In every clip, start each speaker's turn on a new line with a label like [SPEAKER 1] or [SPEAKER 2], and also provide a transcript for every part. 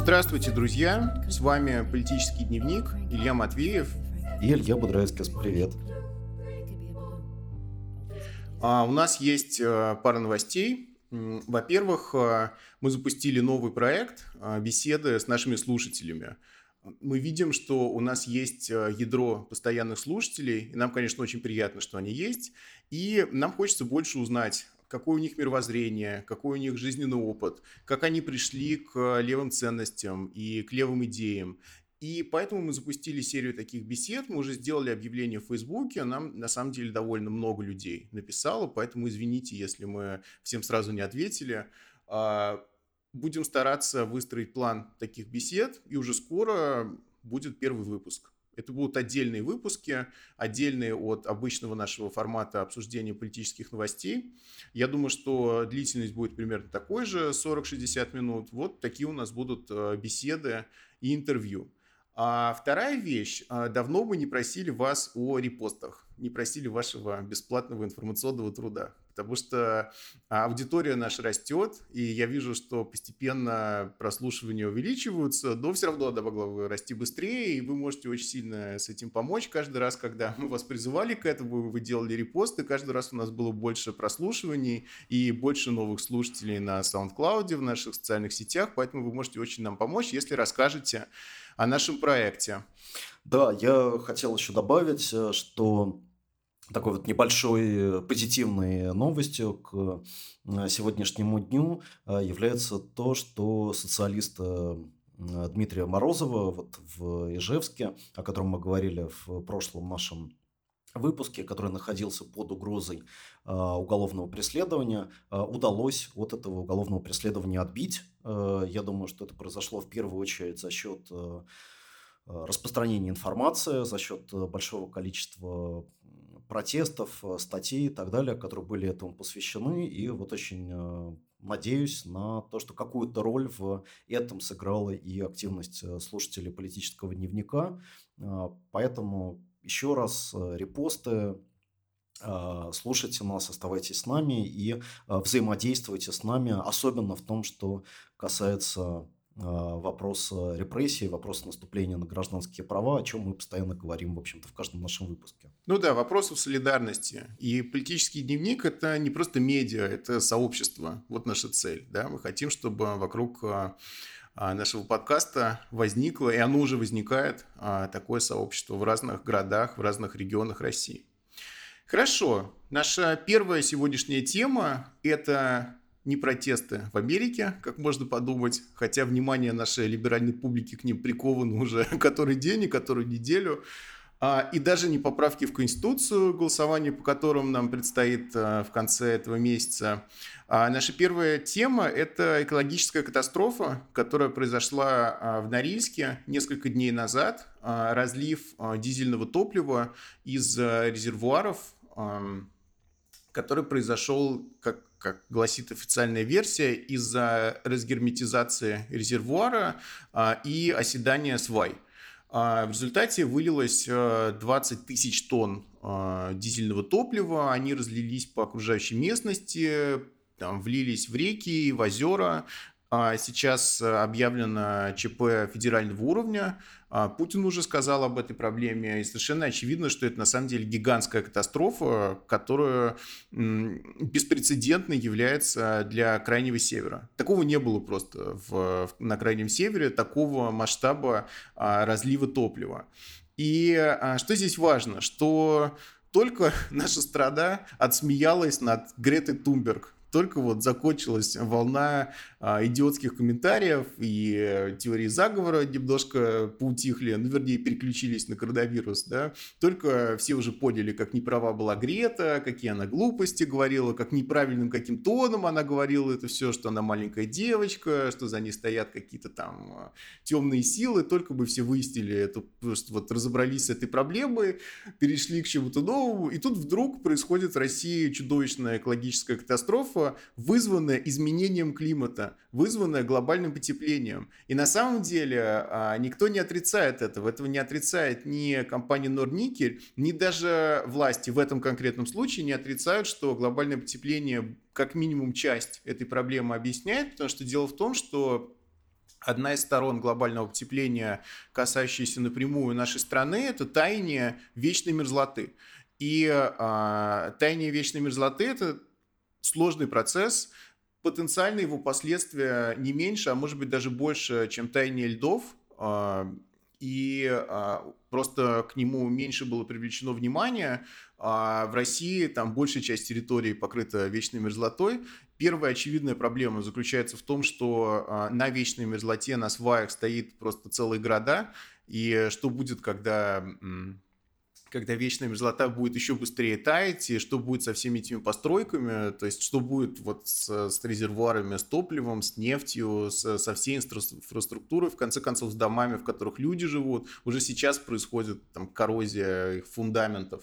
[SPEAKER 1] Здравствуйте, друзья! С вами «Политический дневник», Илья Матвеев.
[SPEAKER 2] И Илья Будрайскис, привет.
[SPEAKER 1] У нас есть пара новостей. Во-первых, мы запустили новый проект беседы с нашими слушателями. Мы видим, что у нас есть ядро постоянных слушателей, и нам, конечно, очень приятно, что они есть, и нам хочется больше узнать, какое у них мировоззрение, какой у них жизненный опыт, как они пришли к левым ценностям и к левым идеям. И поэтому мы запустили серию таких бесед, мы уже сделали объявление в Фейсбуке, нам на самом деле довольно много людей написало, поэтому извините, если мы всем сразу не ответили. Будем стараться выстроить план таких бесед, и уже скоро будет первый выпуск. Это будут отдельные выпуски, отдельные от обычного нашего формата обсуждения политических новостей. Я думаю, что длительность будет примерно такой же, 40-60 минут. Вот такие у нас будут беседы и интервью. А вторая вещь. Давно мы не просили вас о репостах, не просили вашего бесплатного информационного труда, потому что аудитория наша растет, и я вижу, что постепенно прослушивания увеличиваются, но все равно она могла бы расти быстрее, и вы можете очень сильно с этим помочь. Каждый раз, когда мы вас призывали к этому, вы делали репосты, каждый раз у нас было больше прослушиваний и больше новых слушателей на SoundCloud, в наших социальных сетях, поэтому вы можете очень нам помочь, если расскажете о нашем проекте.
[SPEAKER 2] Да, я хотел еще добавить, что такой вот небольшой позитивной новостью к сегодняшнему дню является то, что социалиста Дмитрия Морозова вот в Ижевске, о котором мы говорили в прошлом нашем выпуске, который находился под угрозой уголовного преследования, удалось от этого уголовного преследования отбить. Я думаю, что это произошло в первую очередь за счет распространения информации, за счет большого количества протестов, статей и так далее, которые были этому посвящены. И вот очень надеюсь на то, что какую-то роль в этом сыграла и активность слушателей политического дневника. Поэтому еще раз репосты, слушайте нас, оставайтесь с нами и взаимодействуйте с нами, особенно в том, что касается вопроса репрессий, вопроса наступления на гражданские права, о чем мы постоянно говорим, в общем-то, в каждом нашем выпуске.
[SPEAKER 1] Ну да, вопросов солидарности. И политический дневник – это не просто медиа, это сообщество. Вот наша цель. Да? Мы хотим, чтобы вокруг нашего подкаста возникло, и оно уже возникает, такое сообщество в разных городах, в разных регионах России. Хорошо. Наша первая сегодняшняя тема – это не протесты в Америке, как можно подумать, хотя внимание нашей либеральной публики к ним приковано уже который день и которую неделю. И даже не поправки в Конституцию, голосование по которым нам предстоит в конце этого месяца. Наша первая тема – это экологическая катастрофа, которая произошла в Норильске несколько дней назад. Разлив дизельного топлива из резервуаров, который произошел, как гласит официальная версия, из-за разгерметизации резервуара и оседания свай. В результате вылилось 20 тысяч тонн дизельного топлива, они разлились по окружающей местности, там, влились в реки, в озера. Сейчас объявлено ЧП федерального уровня. Путин уже сказал об этой проблеме. И совершенно очевидно, что это на самом деле гигантская катастрофа, которая беспрецедентно является для Крайнего Севера. Такого не было просто на Крайнем Севере, такого масштаба разлива топлива. И что здесь важно? Что только наша страна отсмеялась над Гретой Тунберг. Только вот закончилась волна идиотских комментариев, и теории заговора немножко поутихли, ну, вернее, переключились на коронавирус, да. Только все уже поняли, как неправа была Грета, какие она глупости говорила, как неправильным каким тоном она говорила это все, что она маленькая девочка, что за ней стоят какие-то там темные силы. Только бы все выяснили это, вот разобрались с этой проблемой, перешли к чему-то новому, и тут вдруг происходит в России чудовищная экологическая катастрофа, вызванная изменением климата, вызванная глобальным потеплением. И на самом деле никто не отрицает этого. Этого не отрицает ни компания Норникель, ни даже власти в этом конкретном случае не отрицают, что глобальное потепление как минимум часть этой проблемы объясняет, потому что дело в том, что одна из сторон глобального потепления, касающаяся напрямую нашей страны, это таяние вечной мерзлоты. И таяние вечной мерзлоты – это сложный процесс, потенциально его последствия не меньше, а может быть даже больше, чем таяние льдов. Просто к нему меньше было привлечено внимание. В России там большая часть территории покрыта вечной мерзлотой. Первая очевидная проблема заключается в том, что на вечной мерзлоте на сваях стоит просто целые города. И что будет, когда вечная мерзлота будет еще быстрее таять, и что будет со всеми этими постройками, то есть что будет вот с резервуарами, с топливом, с нефтью, со всей инфраструктурой, в конце концов, с домами, в которых люди живут. Уже сейчас происходит там коррозия их фундаментов.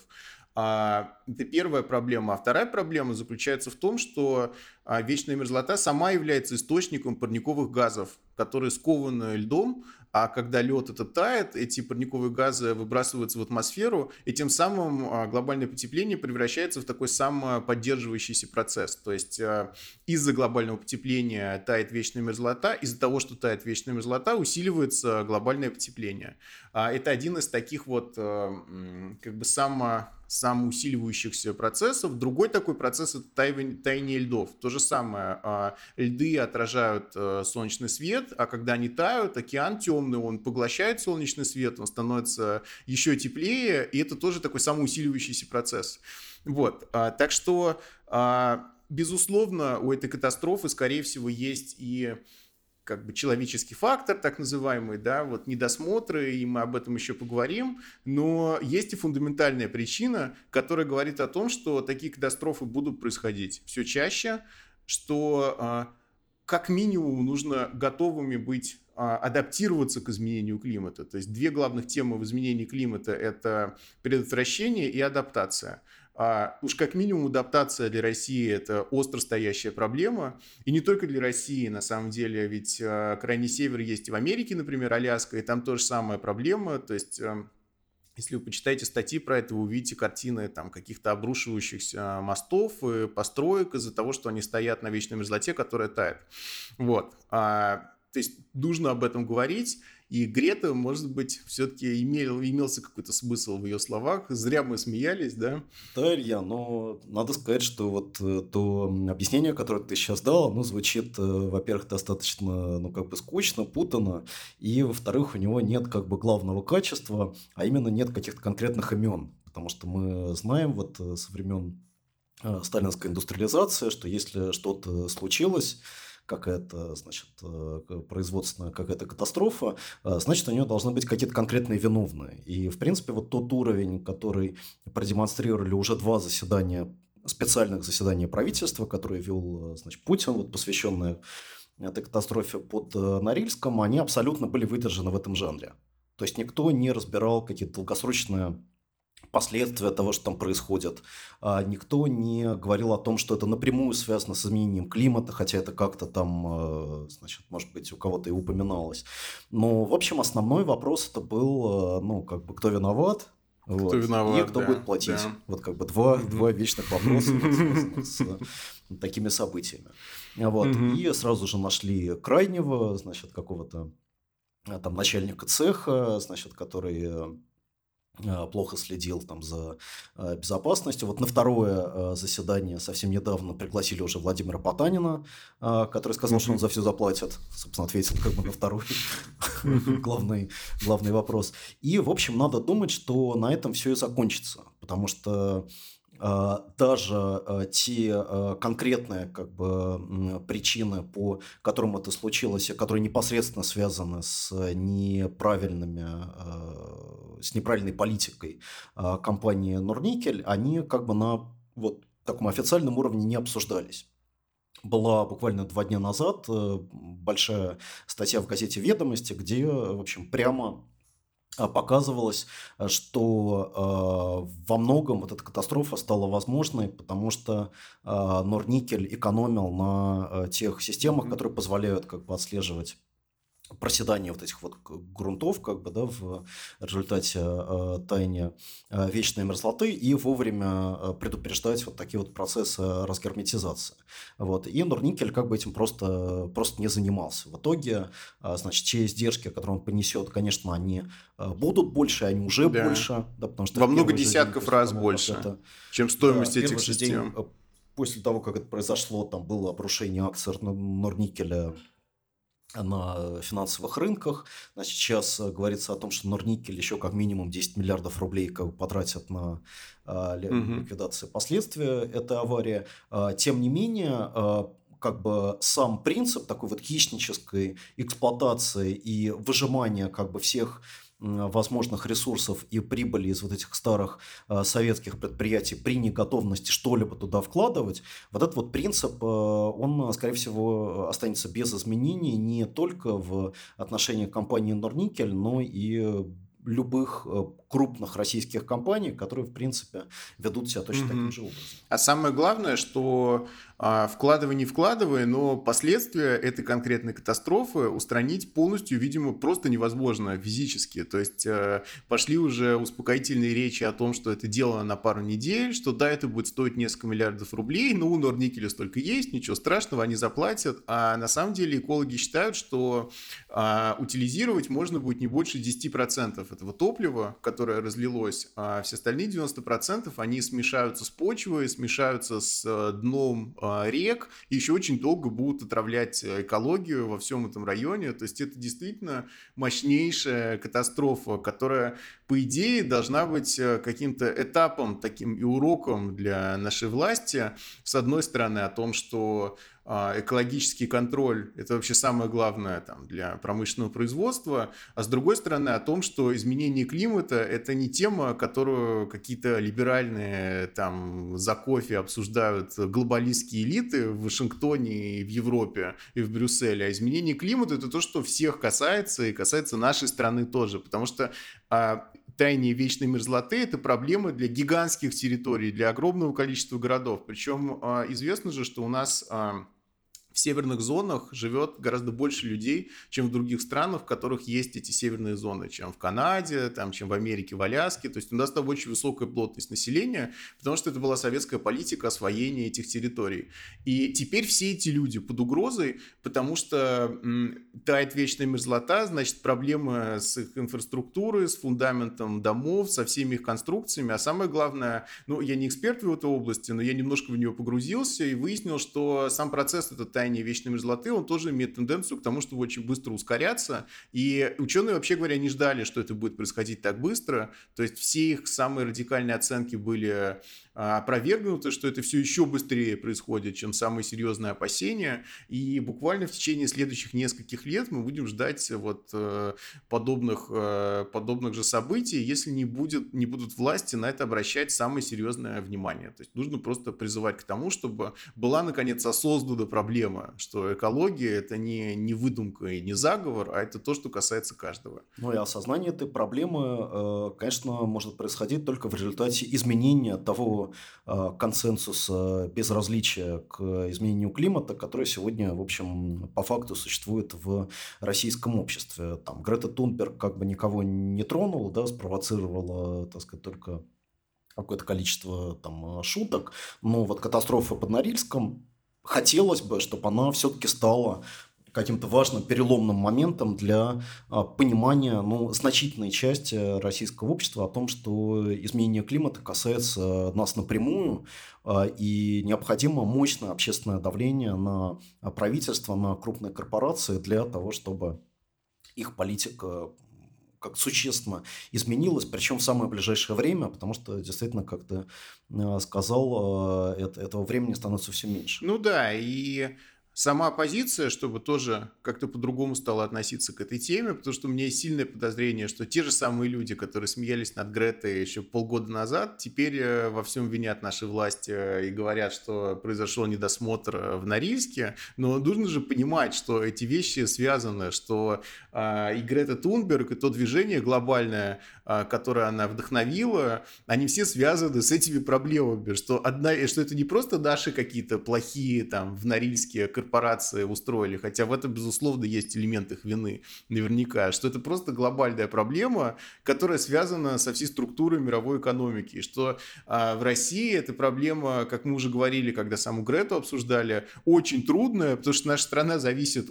[SPEAKER 1] Это первая проблема. А вторая проблема заключается в том, что вечная мерзлота сама является источником парниковых газов, которые скованы льдом, а когда лед этот тает, эти парниковые газы выбрасываются в атмосферу, и тем самым глобальное потепление превращается в такой самоподдерживающийся процесс. То есть из-за глобального потепления тает вечная мерзлота, из-за того, что тает вечная мерзлота, усиливается глобальное потепление. Это один из таких вот как бы самоусиливающихся процессов. Другой такой процесс – это таяние льдов. То же самое. Льды отражают солнечный свет, а когда они тают, океан темный, он поглощает солнечный свет, он становится еще теплее, и это тоже такой самоусиливающийся процесс. Вот. Так что, безусловно, у этой катастрофы, скорее всего, есть и как бы человеческий фактор, так называемый, да, вот недосмотры, и мы об этом еще поговорим, но есть и фундаментальная причина, которая говорит о том, что такие катастрофы будут происходить все чаще, что как минимум нужно готовыми быть, адаптироваться к изменению климата. То есть две главных темы в изменении климата – это предотвращение и адаптация. Уж как минимум адаптация для России – это остро стоящая проблема. И не только для России, на самом деле, ведь крайний север есть и в Америке, например, Аляска, и там тоже самая проблема. То есть если вы почитаете статьи про это, вы увидите картины там, каких-то обрушивающихся мостов и построек из-за того, что они стоят на вечной мерзлоте, которая тает. Вот. То есть нужно об этом говорить. И Грета, может быть, все-таки имелся какой-то смысл в ее словах. Зря мы смеялись, да?
[SPEAKER 2] Да, Илья, но надо сказать, что вот то объяснение, которое ты сейчас дал, оно звучит, во-первых, достаточно, ну, как бы скучно, путано, и, во-вторых, у него нет как бы главного качества, а именно нет каких-то конкретных имен. Потому что мы знаем вот со времен сталинской индустриализации, что если что-то случилось, какая-то, значит, производственная какая-то катастрофа, значит, у нее должны быть какие-то конкретные виновные. И, в принципе, вот тот уровень, который продемонстрировали уже 2 заседания, специальных заседания правительства, которые вел, значит, Путин, вот, посвященные этой катастрофе под Норильском, они абсолютно были выдержаны в этом жанре. То есть никто не разбирал какие-то долгосрочные последствия того, что там происходит. Никто не говорил о том, что это напрямую связано с изменением климата, хотя это как-то там, значит, может быть, у кого-то и упоминалось. Но, в общем, основной вопрос это был, ну, как бы, кто виноват,
[SPEAKER 1] Кто
[SPEAKER 2] вот,
[SPEAKER 1] виноват,
[SPEAKER 2] и кто
[SPEAKER 1] да,
[SPEAKER 2] будет платить.
[SPEAKER 1] да.
[SPEAKER 2] Вот как бы два вечных вопроса, вот, связанных с такими событиями. Вот. И сразу же нашли крайнего, значит, какого-то там начальника цеха, значит, который плохо следил там за безопасностью. Вот на второе заседание совсем недавно пригласили уже Владимира Потанина, который сказал, что он за все заплатит. Собственно, ответил как бы на второй главный вопрос. И, в общем, надо думать, что на этом все и закончится. Потому что даже те конкретные как бы причины, по которым это случилось, и которые непосредственно связаны с неправильной политикой компании Норникель, они как бы на вот таком официальном уровне не обсуждались. Была буквально 2 дня назад большая статья в газете «Ведомости», где, в общем, прямо показывалось, что во многом вот эта катастрофа стала возможной, потому что Норникель экономил на тех системах, которые позволяют как бы отслеживать проседания вот этих вот грунтов, как бы, да, в результате таяния вечной мерзлоты и вовремя предупреждать вот такие вот процессы разгерметизации. Вот. И Норникель как бы этим просто не занимался. В итоге, значит, те издержки, которые он понесет, конечно, они будут больше, они уже
[SPEAKER 1] Да.
[SPEAKER 2] больше, да, потому что
[SPEAKER 1] Во
[SPEAKER 2] в
[SPEAKER 1] много
[SPEAKER 2] первый же день
[SPEAKER 1] десятков
[SPEAKER 2] после
[SPEAKER 1] раз
[SPEAKER 2] того, как
[SPEAKER 1] больше,
[SPEAKER 2] это
[SPEAKER 1] чем
[SPEAKER 2] да,
[SPEAKER 1] стоимость
[SPEAKER 2] первый
[SPEAKER 1] этих
[SPEAKER 2] же день
[SPEAKER 1] систем.
[SPEAKER 2] после того, как это произошло, там было обрушение акций Норникеля на финансовых рынках. Значит, сейчас говорится о том, что Норникель еще как минимум 10 миллиардов рублей как бы потратят на
[SPEAKER 1] Мгм.
[SPEAKER 2] ликвидацию последствий этой аварии. Тем не менее, как бы сам принцип такой вот хищнической эксплуатации и выжимания как бы всех возможных ресурсов и прибыли из вот этих старых советских предприятий при неготовности что-либо туда вкладывать, вот этот вот принцип, он, скорее всего, останется без изменений не только в отношении компании Норникель, но и любых крупных российских компаний, которые, в принципе, ведут себя точно таким
[SPEAKER 1] Мгм.
[SPEAKER 2] же образом.
[SPEAKER 1] А самое главное, что вкладывай, не вкладывай, но последствия этой конкретной катастрофы устранить полностью, видимо, просто невозможно физически. То есть пошли уже успокоительные речи о том, что это дело на пару недель, что да, это будет стоить несколько миллиардов рублей, но у Норникеля столько есть, ничего страшного, они заплатят. А на самом деле экологи считают, что утилизировать можно будет не больше 10% этого топлива, которое разлилось, а все остальные 90% они смешаются с почвой, смешаются с дном рек, и еще очень долго будут отравлять экологию во всем этом районе. То есть это действительно мощнейшая катастрофа, которая, по идее, должна быть каким-то этапом таким и уроком для нашей власти. С одной стороны, о том, что экологический контроль – это вообще самое главное там, для промышленного производства, а с другой стороны о том, что изменение климата – это не тема, которую какие-то либеральные там за кофе обсуждают глобалистские элиты в Вашингтоне и в Европе и в Брюсселе, а изменение климата – это то, что всех касается и касается нашей страны тоже, потому что таяние вечной мерзлоты – это проблема для гигантских территорий, для огромного количества городов. Причем известно же, что у нас в северных зонах живет гораздо больше людей, чем в других странах, в которых есть эти северные зоны, чем в Канаде, там, чем в Америке, в Аляске. То есть у нас там очень высокая плотность населения, потому что это была советская политика освоения этих территорий. И теперь все эти люди под угрозой, потому что тает вечная мерзлота, значит, проблемы с их инфраструктурой, с фундаментом домов, со всеми их конструкциями. А самое главное, ну, я не эксперт в этой области, но я немножко в нее погрузился и выяснил, что сам процесс этот таяние вечной мерзлоты, он тоже имеет тенденцию к тому, чтобы очень быстро ускоряться. И ученые, вообще говоря, не ждали, что это будет происходить так быстро. То есть все их самые радикальные оценки были опровергнуты, что это все еще быстрее происходит, чем самые серьезные опасения. И буквально в течение следующих нескольких лет мы будем ждать вот подобных же событий, если не будут власти на это обращать самое серьезное внимание. То есть нужно просто призывать к тому, чтобы была наконец осознана проблема, что экология – это не выдумка и не заговор, а это то, что касается каждого.
[SPEAKER 2] Ну и осознание этой проблемы, конечно, может происходить только в результате изменения того консенсуса безразличия к изменению климата, который сегодня, в общем, по факту существует в российском обществе. Там Грета Тунберг как бы никого не тронула, да, спровоцировала, так сказать, только какое-то количество там шуток, но вот катастрофа под Норильском, хотелось бы, чтобы она все-таки стала каким-то важным переломным моментом для понимания значительной части российского общества о том, что изменение климата касается нас напрямую, и необходимо мощное общественное давление на правительство, на крупные корпорации для того, чтобы их политика как существенно изменилась, причем в самое ближайшее время, потому что действительно, как ты сказал, этого времени становится все меньше.
[SPEAKER 1] Ну да, и сама оппозиция, чтобы тоже как-то по-другому стала относиться к этой теме, потому что у меня есть сильное подозрение, что те же самые люди, которые смеялись над Гретой еще полгода назад, теперь во всем винят наши власти и говорят, что произошел недосмотр в Норильске. Но нужно же понимать, что эти вещи связаны, что и Грета Тунберг, и то движение глобальное, которое она вдохновила, они все связаны с этими проблемами, что это не просто наши какие-то плохие там в Норильске корпорации устроили, хотя в этом, безусловно, есть элемент их вины, наверняка, что это просто глобальная проблема, которая связана со всей структурой мировой экономики, и что в России эта проблема, как мы уже говорили, когда саму Грету обсуждали, очень трудная, потому что наша страна зависит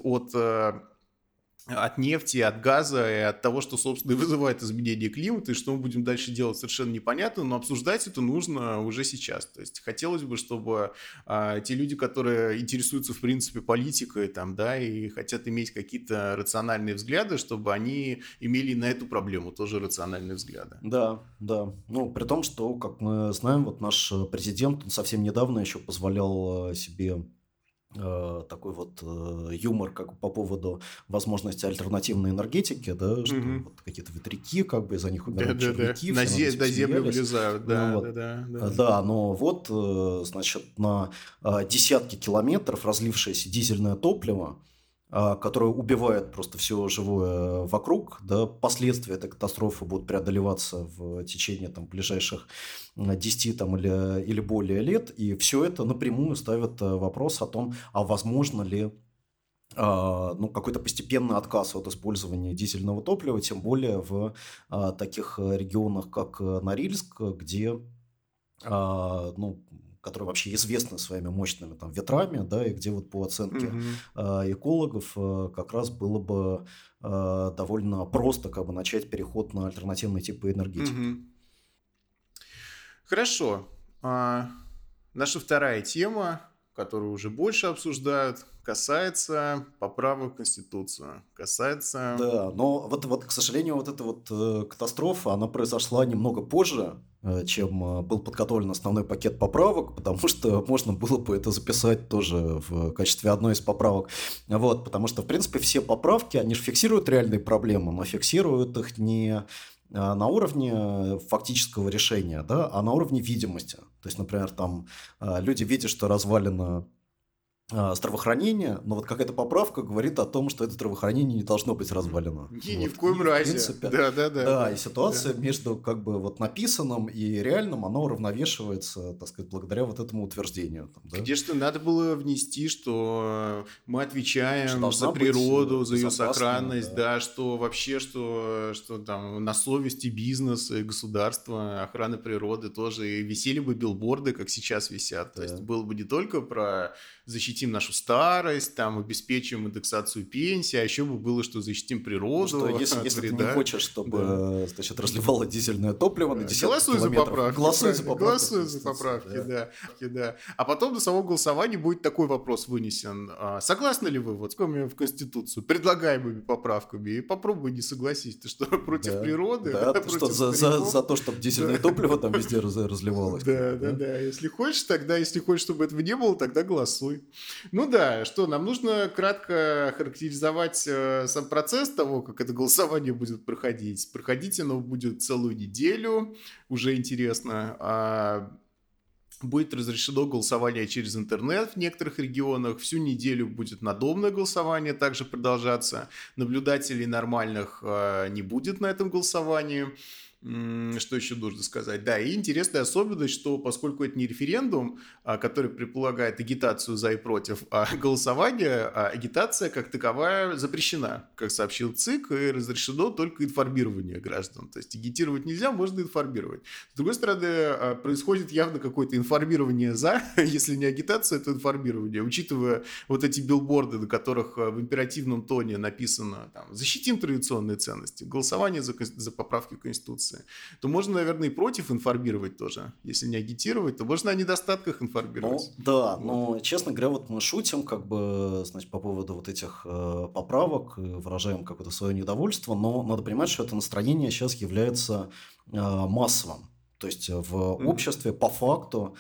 [SPEAKER 1] от нефти, от газа и от того, что, собственно, и вызывает изменение климата, и что мы будем дальше делать, совершенно непонятно, но обсуждать это нужно уже сейчас. То есть хотелось бы, чтобы те люди, которые интересуются, в принципе, политикой, там, да, и хотят иметь какие-то рациональные взгляды, чтобы они имели на эту проблему тоже рациональные взгляды.
[SPEAKER 2] Да, да. Ну, при том, что, как мы знаем, вот наш президент, он совсем недавно еще позволял себе такой вот юмор как по поводу возможности альтернативной энергетики, да, что вот какие-то ветряки, как бы из-за них умирают червяки,
[SPEAKER 1] На
[SPEAKER 2] все над этим
[SPEAKER 1] землю
[SPEAKER 2] смеялись.
[SPEAKER 1] влезают,
[SPEAKER 2] Ну,
[SPEAKER 1] да.
[SPEAKER 2] да, но вот, значит, на десятки километров разлившееся дизельное топливо, которое убивает просто все живое вокруг, да, последствия этой катастрофы будут преодолеваться в течение там, ближайших 10 там, или более лет, и все это напрямую ставит вопрос о том, а возможно ли какой-то постепенный отказ от использования дизельного топлива, тем более в таких регионах, как Норильск, где которые вообще известны своими мощными там, ветрами, да, и где вот по оценке экологов как раз было бы довольно просто как бы начать переход на альтернативные типы энергетики.
[SPEAKER 1] Хорошо. Наша вторая тема, которую уже больше обсуждают, касается поправок в Конституцию.
[SPEAKER 2] Да, но вот, к сожалению, вот эта вот катастрофа, она произошла немного позже, чем был подготовлен основной пакет поправок, потому что можно было бы это записать тоже в качестве одной из поправок. Вот, потому что, в принципе, все поправки, они же фиксируют реальные проблемы, но фиксируют их не на уровне фактического решения, да, а на уровне видимости. То есть, например, там люди видят, что развалено здравоохранение, но вот какая-то поправка говорит о том, что это здравоохранение не должно быть развалено.
[SPEAKER 1] Ни в коем разе.
[SPEAKER 2] В принципе,
[SPEAKER 1] да,
[SPEAKER 2] и ситуация между как бы вот написанным и реальным, она уравновешивается, так сказать, благодаря вот этому утверждению. Там, да?
[SPEAKER 1] Конечно, надо было внести, что мы отвечаем за природу, за ее сохранность, да, что вообще, что там на совести бизнеса и государства, охраны природы тоже, и висели бы билборды, как сейчас висят. То есть было бы не только про защитим нашу старость, там, обеспечим индексацию пенсии, а еще бы было, что защитим природу.
[SPEAKER 2] Ну, что, если ты не хочешь, чтобы значит, разливало дизельное топливо на десятки километров,
[SPEAKER 1] голосуй за поправки. Да. А потом на самом голосовании будет такой вопрос вынесен. Согласны ли вы вот с в Конституцию предлагаемыми поправками? И попробуй не согласись. Ты что, против природы?
[SPEAKER 2] Да, ты что, за то, чтобы дизельное топливо там везде разливалось?
[SPEAKER 1] Да. Если хочешь, чтобы этого не было, тогда голосуй. Ну да, что, нам нужно кратко характеризовать сам процесс того, как это голосование будет проходить. Проходить оно будет целую неделю, уже интересно. Будет разрешено голосование через интернет в некоторых регионах. Всю неделю будет надомное голосование также продолжаться. Наблюдателей нормальных не будет на этом голосовании. Что еще нужно сказать? Да, и интересная особенность, что поскольку это не референдум, который предполагает агитацию за и против, а голосование, агитация как таковая запрещена, как сообщил ЦИК, и разрешено только информирование граждан. То есть агитировать нельзя, можно информировать. С другой стороны, происходит явно какое-то информирование за, если не агитация, то информирование. Учитывая вот эти билборды, на которых в императивном тоне написано там, «Защитим традиционные ценности», голосование за поправки в Конституции, то можно, наверное, и против информировать тоже. Если не агитировать, то можно о недостатках информировать.
[SPEAKER 2] Ну, да, вот. Но, честно говоря, вот мы шутим как бы, значит, по поводу вот этих поправок, выражаем какое-то свое недовольство, но надо понимать, что это настроение сейчас является массовым. То есть в обществе по факту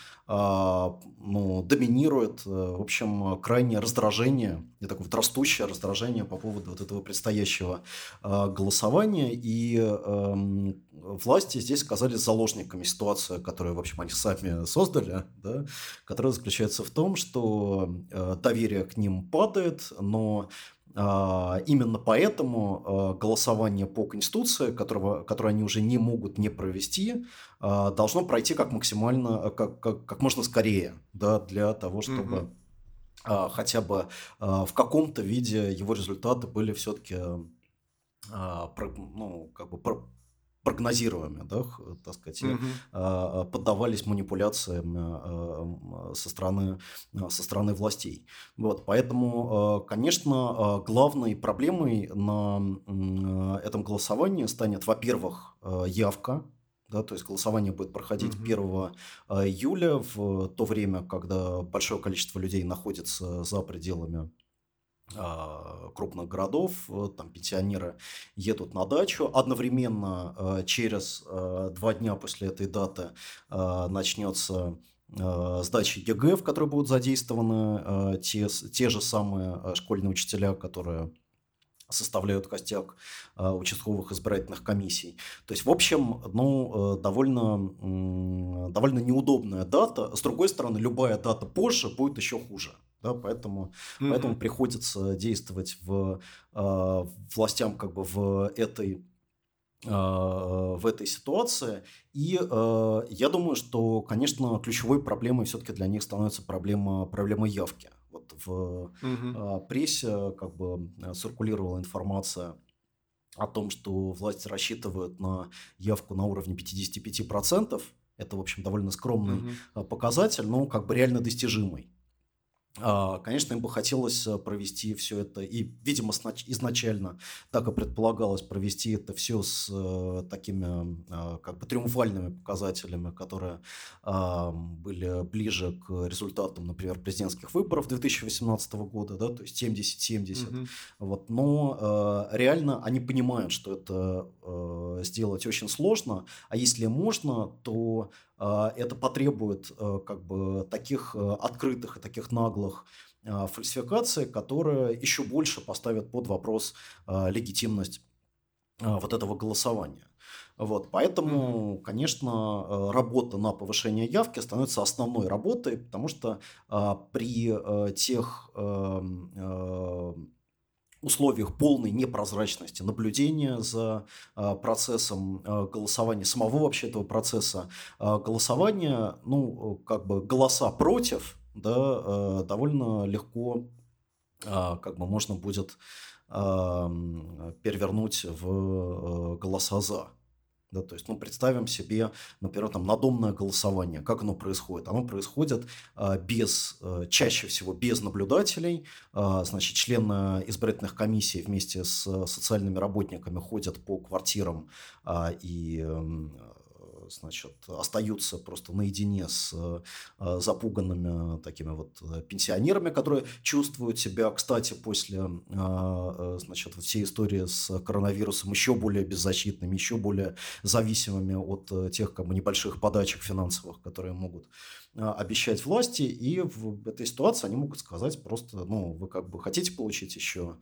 [SPEAKER 2] доминирует, в общем, крайнее раздражение, и такое вот растущее раздражение по поводу вот этого предстоящего голосования. И власти здесь оказались заложниками ситуации, которую, в общем, они сами создали, да, которая заключается в том, что доверие к ним падает, но именно поэтому голосование по Конституции, которое они уже не могут не провести, должно пройти как можно скорее, да, для того, чтобы хотя бы в каком-то виде его результаты были все-таки ну, как бы прогнозируемыми, да, так сказать, и
[SPEAKER 1] Мгм.
[SPEAKER 2] поддавались манипуляциям со стороны властей. Вот, поэтому, конечно, главной проблемой на этом голосовании станет, во-первых, явка. Да, то есть голосование будет проходить
[SPEAKER 1] Мгм.
[SPEAKER 2] 1 июля, в то время, когда большое количество людей находится за пределами крупных городов, там пенсионеры едут на дачу. Одновременно через 2 дня после этой даты начнется сдача ЕГЭ, в которой будут задействованы те же самые школьные учителя, которые составляют костяк участковых избирательных комиссий. То есть, в общем, ну, довольно неудобная дата. С другой стороны, любая дата позже будет еще хуже. Да, поэтому
[SPEAKER 1] Мгм.
[SPEAKER 2] приходится действовать властям как бы в этой ситуации. И я думаю, что, конечно, ключевой проблемой все-таки для них становится проблема явки. Вот в
[SPEAKER 1] Мгм.
[SPEAKER 2] прессе как бы циркулировала информация о том, что власти рассчитывают на явку на уровне 55%. Это, в общем, довольно скромный
[SPEAKER 1] Мгм.
[SPEAKER 2] показатель, но как бы реально достижимый. Конечно, им бы хотелось провести все это, и, видимо, изначально так и предполагалось провести это все с такими как бы триумфальными показателями, которые были ближе к результатам, например, президентских выборов 2018 года, да, то есть 70-70.
[SPEAKER 1] Мгм.
[SPEAKER 2] Вот. Но реально они понимают, что это сделать очень сложно, а если можно, то это потребует как бы таких открытых и таких наглых фальсификаций, которые еще больше поставят под вопрос легитимность вот этого голосования. Вот,
[SPEAKER 1] Мгм.
[SPEAKER 2] поэтому, конечно, работа на повышение явки становится основной работой, потому что при тех условиях полной непрозрачности наблюдения за процессом голосования, самого вообще этого процесса голосования, ну, как бы голоса против, да, довольно легко как бы можно будет перевернуть в голоса за. Да, то есть, ну, представим себе, например, там надомное голосование. Как оно происходит? Оно происходит чаще всего без наблюдателей. Значит, члены избирательных комиссий вместе с социальными работниками ходят по квартирам и значит, остаются просто наедине с запуганными такими вот пенсионерами, которые чувствуют себя, кстати, после значит, вот всей истории с коронавирусом еще более беззащитными, еще более зависимыми от тех как бы небольших подачек финансовых, которые могут обещать власти. И в этой ситуации они могут сказать просто, ну, вы как бы хотите получить еще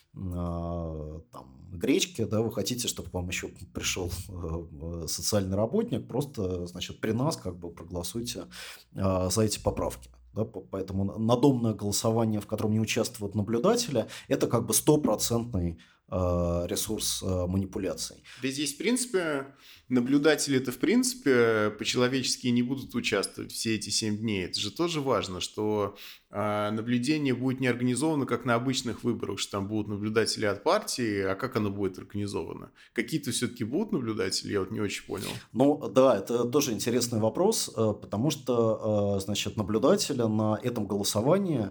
[SPEAKER 2] там, гречки, да, вы хотите, чтобы к вам еще пришел социальный работник, просто, значит, при нас как бы проголосуйте за эти поправки. Да, поэтому надомное голосование, в котором не участвуют наблюдатели, это как бы стопроцентный ресурс манипуляций.
[SPEAKER 1] Ведь здесь, в принципе, наблюдатели-то, в принципе, по-человечески не будут участвовать все эти 7 дней. Это же тоже важно, что наблюдение будет не организовано, как на обычных выборах, что там будут наблюдатели от партии, а как оно будет организовано? Какие-то все-таки будут наблюдатели, я вот не очень понял.
[SPEAKER 2] Ну да, это тоже интересный вопрос, потому что, значит, наблюдатели на этом голосовании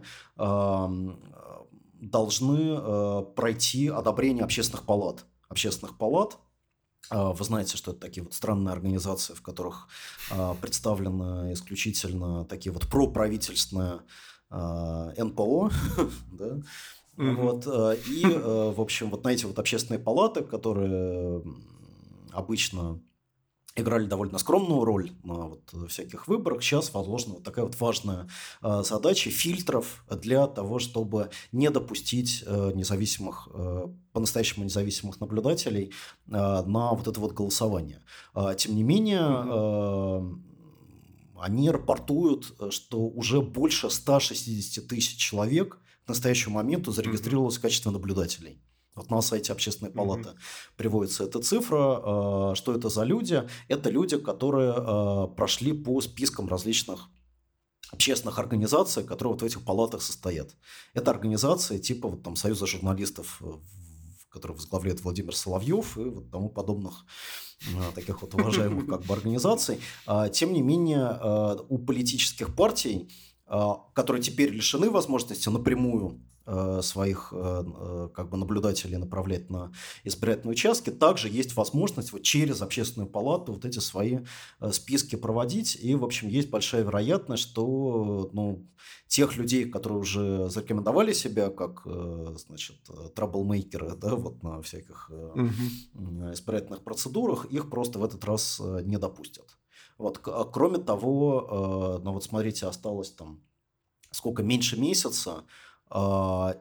[SPEAKER 2] должны пройти одобрение общественных палат. Вы знаете, что это такие вот странные организации, в которых представлены исключительно такие вот проправительственные НПО, да,
[SPEAKER 1] Мгм.
[SPEAKER 2] вот, в общем, вот на эти вот общественные палаты, которые обычно играли довольно скромную роль на вот всяких выборах. Сейчас возложена вот такая вот важная задача фильтров для того, чтобы не допустить по-настоящему независимых наблюдателей на вот это вот голосование. Тем не менее,
[SPEAKER 1] Мгм.
[SPEAKER 2] они рапортуют, что уже больше 160 тысяч человек к настоящему моменту
[SPEAKER 1] Мгм.
[SPEAKER 2] зарегистрировалось в качестве наблюдателей. Вот на сайте Общественной
[SPEAKER 1] Мгм.
[SPEAKER 2] палаты приводится эта цифра. Что это за люди? Это люди, которые прошли по спискам различных общественных организаций, которые вот в этих палатах состоят. Это организации типа вот там Союза журналистов, который возглавляет Владимир Соловьев, и вот тому подобных таких вот уважаемых как бы организаций. Тем не менее, у политических партий, которые теперь лишены возможности напрямую своих как бы наблюдателей направлять на избирательные участки, также есть возможность вот через общественную палату вот эти свои списки проводить. И, в общем, есть большая вероятность, что тех людей, которые уже зарекомендовали себя как, значит, траблмейкеры, да, вот на всяких избирательных процедурах, их просто в этот раз не допустят. Вот. Кроме того, вот смотрите, осталось там сколько, меньше месяца до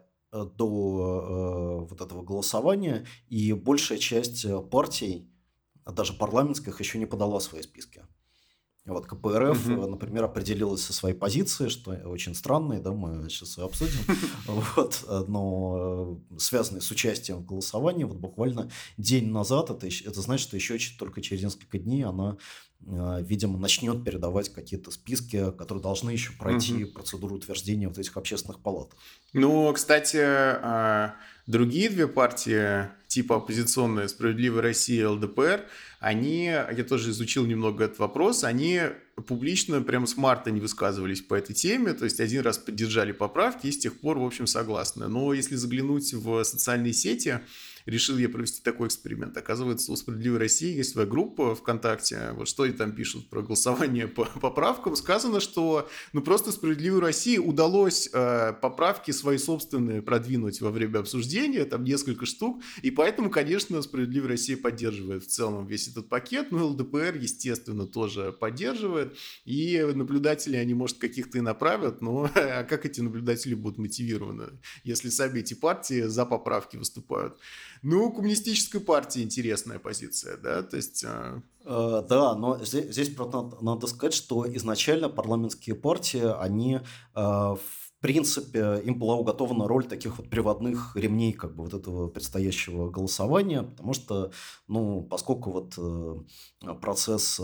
[SPEAKER 2] вот этого голосования, и большая часть партий, даже парламентских, еще не подала свои списки. Вот КПРФ, например, определилась со своей позицией, что очень странно, да, мы сейчас ее обсудим, вот, но связанные с участием в голосовании, вот буквально день назад, это значит, что еще только через несколько дней она, видимо, начнет передавать какие-то списки, которые должны еще пройти процедуру утверждения вот этих общественных палат.
[SPEAKER 1] Ну, кстати, другие две партии, типа оппозиционная «Справедливая Россия» и ЛДПР, я тоже изучил немного этот вопрос, они публично прямо с марта не высказывались по этой теме, то есть один раз поддержали поправки и с тех пор, в общем, согласны. Но если заглянуть в социальные сети, решил я провести такой эксперимент. Оказывается, у «Справедливой России» есть своя группа ВКонтакте. Вот что они там пишут про голосование по поправкам. Сказано, что просто «Справедливой России» удалось поправки свои собственные продвинуть во время обсуждения, там несколько штук. И поэтому, конечно, «Справедливая Россия» поддерживает в целом весь этот пакет. ЛДПР, естественно, тоже поддерживает. И наблюдатели они, может, каких-то и направят, но как эти наблюдатели будут мотивированы, если сами эти партии за поправки выступают? Коммунистической партии интересная позиция, да, то есть...
[SPEAKER 2] Да, но здесь просто надо сказать, что изначально парламентские партии, они, в принципе, им была уготована роль таких вот приводных ремней как бы вот этого предстоящего голосования, потому что, поскольку вот процесс,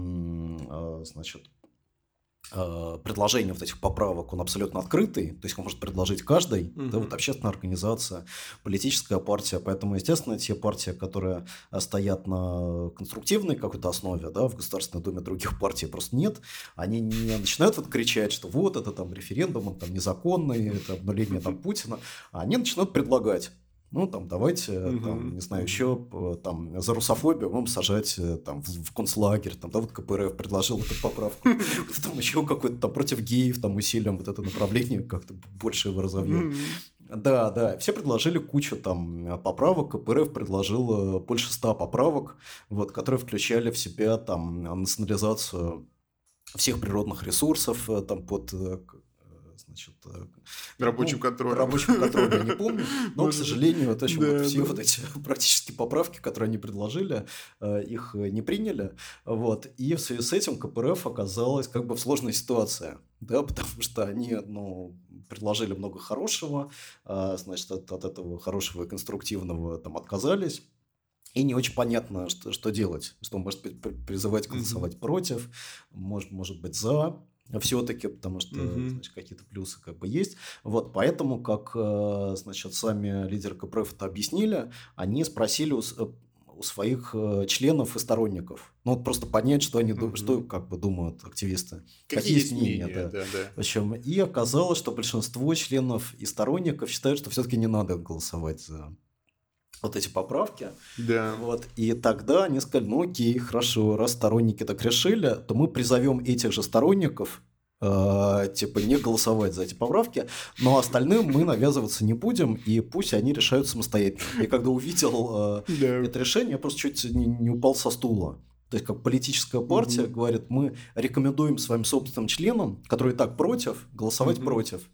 [SPEAKER 2] значит, предложение вот этих поправок, он абсолютно открытый, то есть его может предложить каждый, да, вот общественная организация, политическая партия, поэтому, естественно, те партии, которые стоят на конструктивной какой-то основе, да, в Государственной Думе других партий просто нет, они не начинают вот кричать, что вот это там референдум, он там незаконный, это обнуление там Путина, а они начинают предлагать. Давайте, там, не знаю, еще там за русофобию будем сажать там в концлагерь, там, да, вот КПРФ предложил эту поправку, там еще какой-то там против геев, там усилим вот это направление, как-то больше его разовьем. Да, все предложили кучу там поправок, КПРФ предложил больше 100 поправок, вот, которые включали в себя там национализацию всех природных ресурсов, там под... Значит,
[SPEAKER 1] рабочим контролем.
[SPEAKER 2] Рабочим контролем я не помню, но, к сожалению, все вот эти практически поправки, которые они предложили, их не приняли. Вот. И в связи с этим КПРФ оказалась как бы в сложной ситуации, да, потому что они предложили много хорошего, значит, от этого хорошего и конструктивного там отказались. И не очень понятно, что делать. Что, может быть, призывать голосовать против, может быть, за... все-таки, потому что, значит, какие-то плюсы как бы есть. Вот, поэтому, как, значит, сами лидеры КПРФ это объяснили, они спросили у своих членов и сторонников. Вот просто понять, что они что как бы думают активисты.
[SPEAKER 1] Какие есть мнения, да.
[SPEAKER 2] В общем, и оказалось, что большинство членов и сторонников считают, что все-таки не надо голосовать за вот эти поправки.
[SPEAKER 1] Да.
[SPEAKER 2] Вот. И тогда они сказали, окей, хорошо, раз сторонники так решили, то мы призовем этих же сторонников, не голосовать за эти поправки, но остальным мы навязываться не будем, и пусть они решают самостоятельно. Я когда увидел это решение, я просто чуть не упал со стула. То есть, как политическая партия говорит, мы рекомендуем своим собственным членам, которые и так против, голосовать против.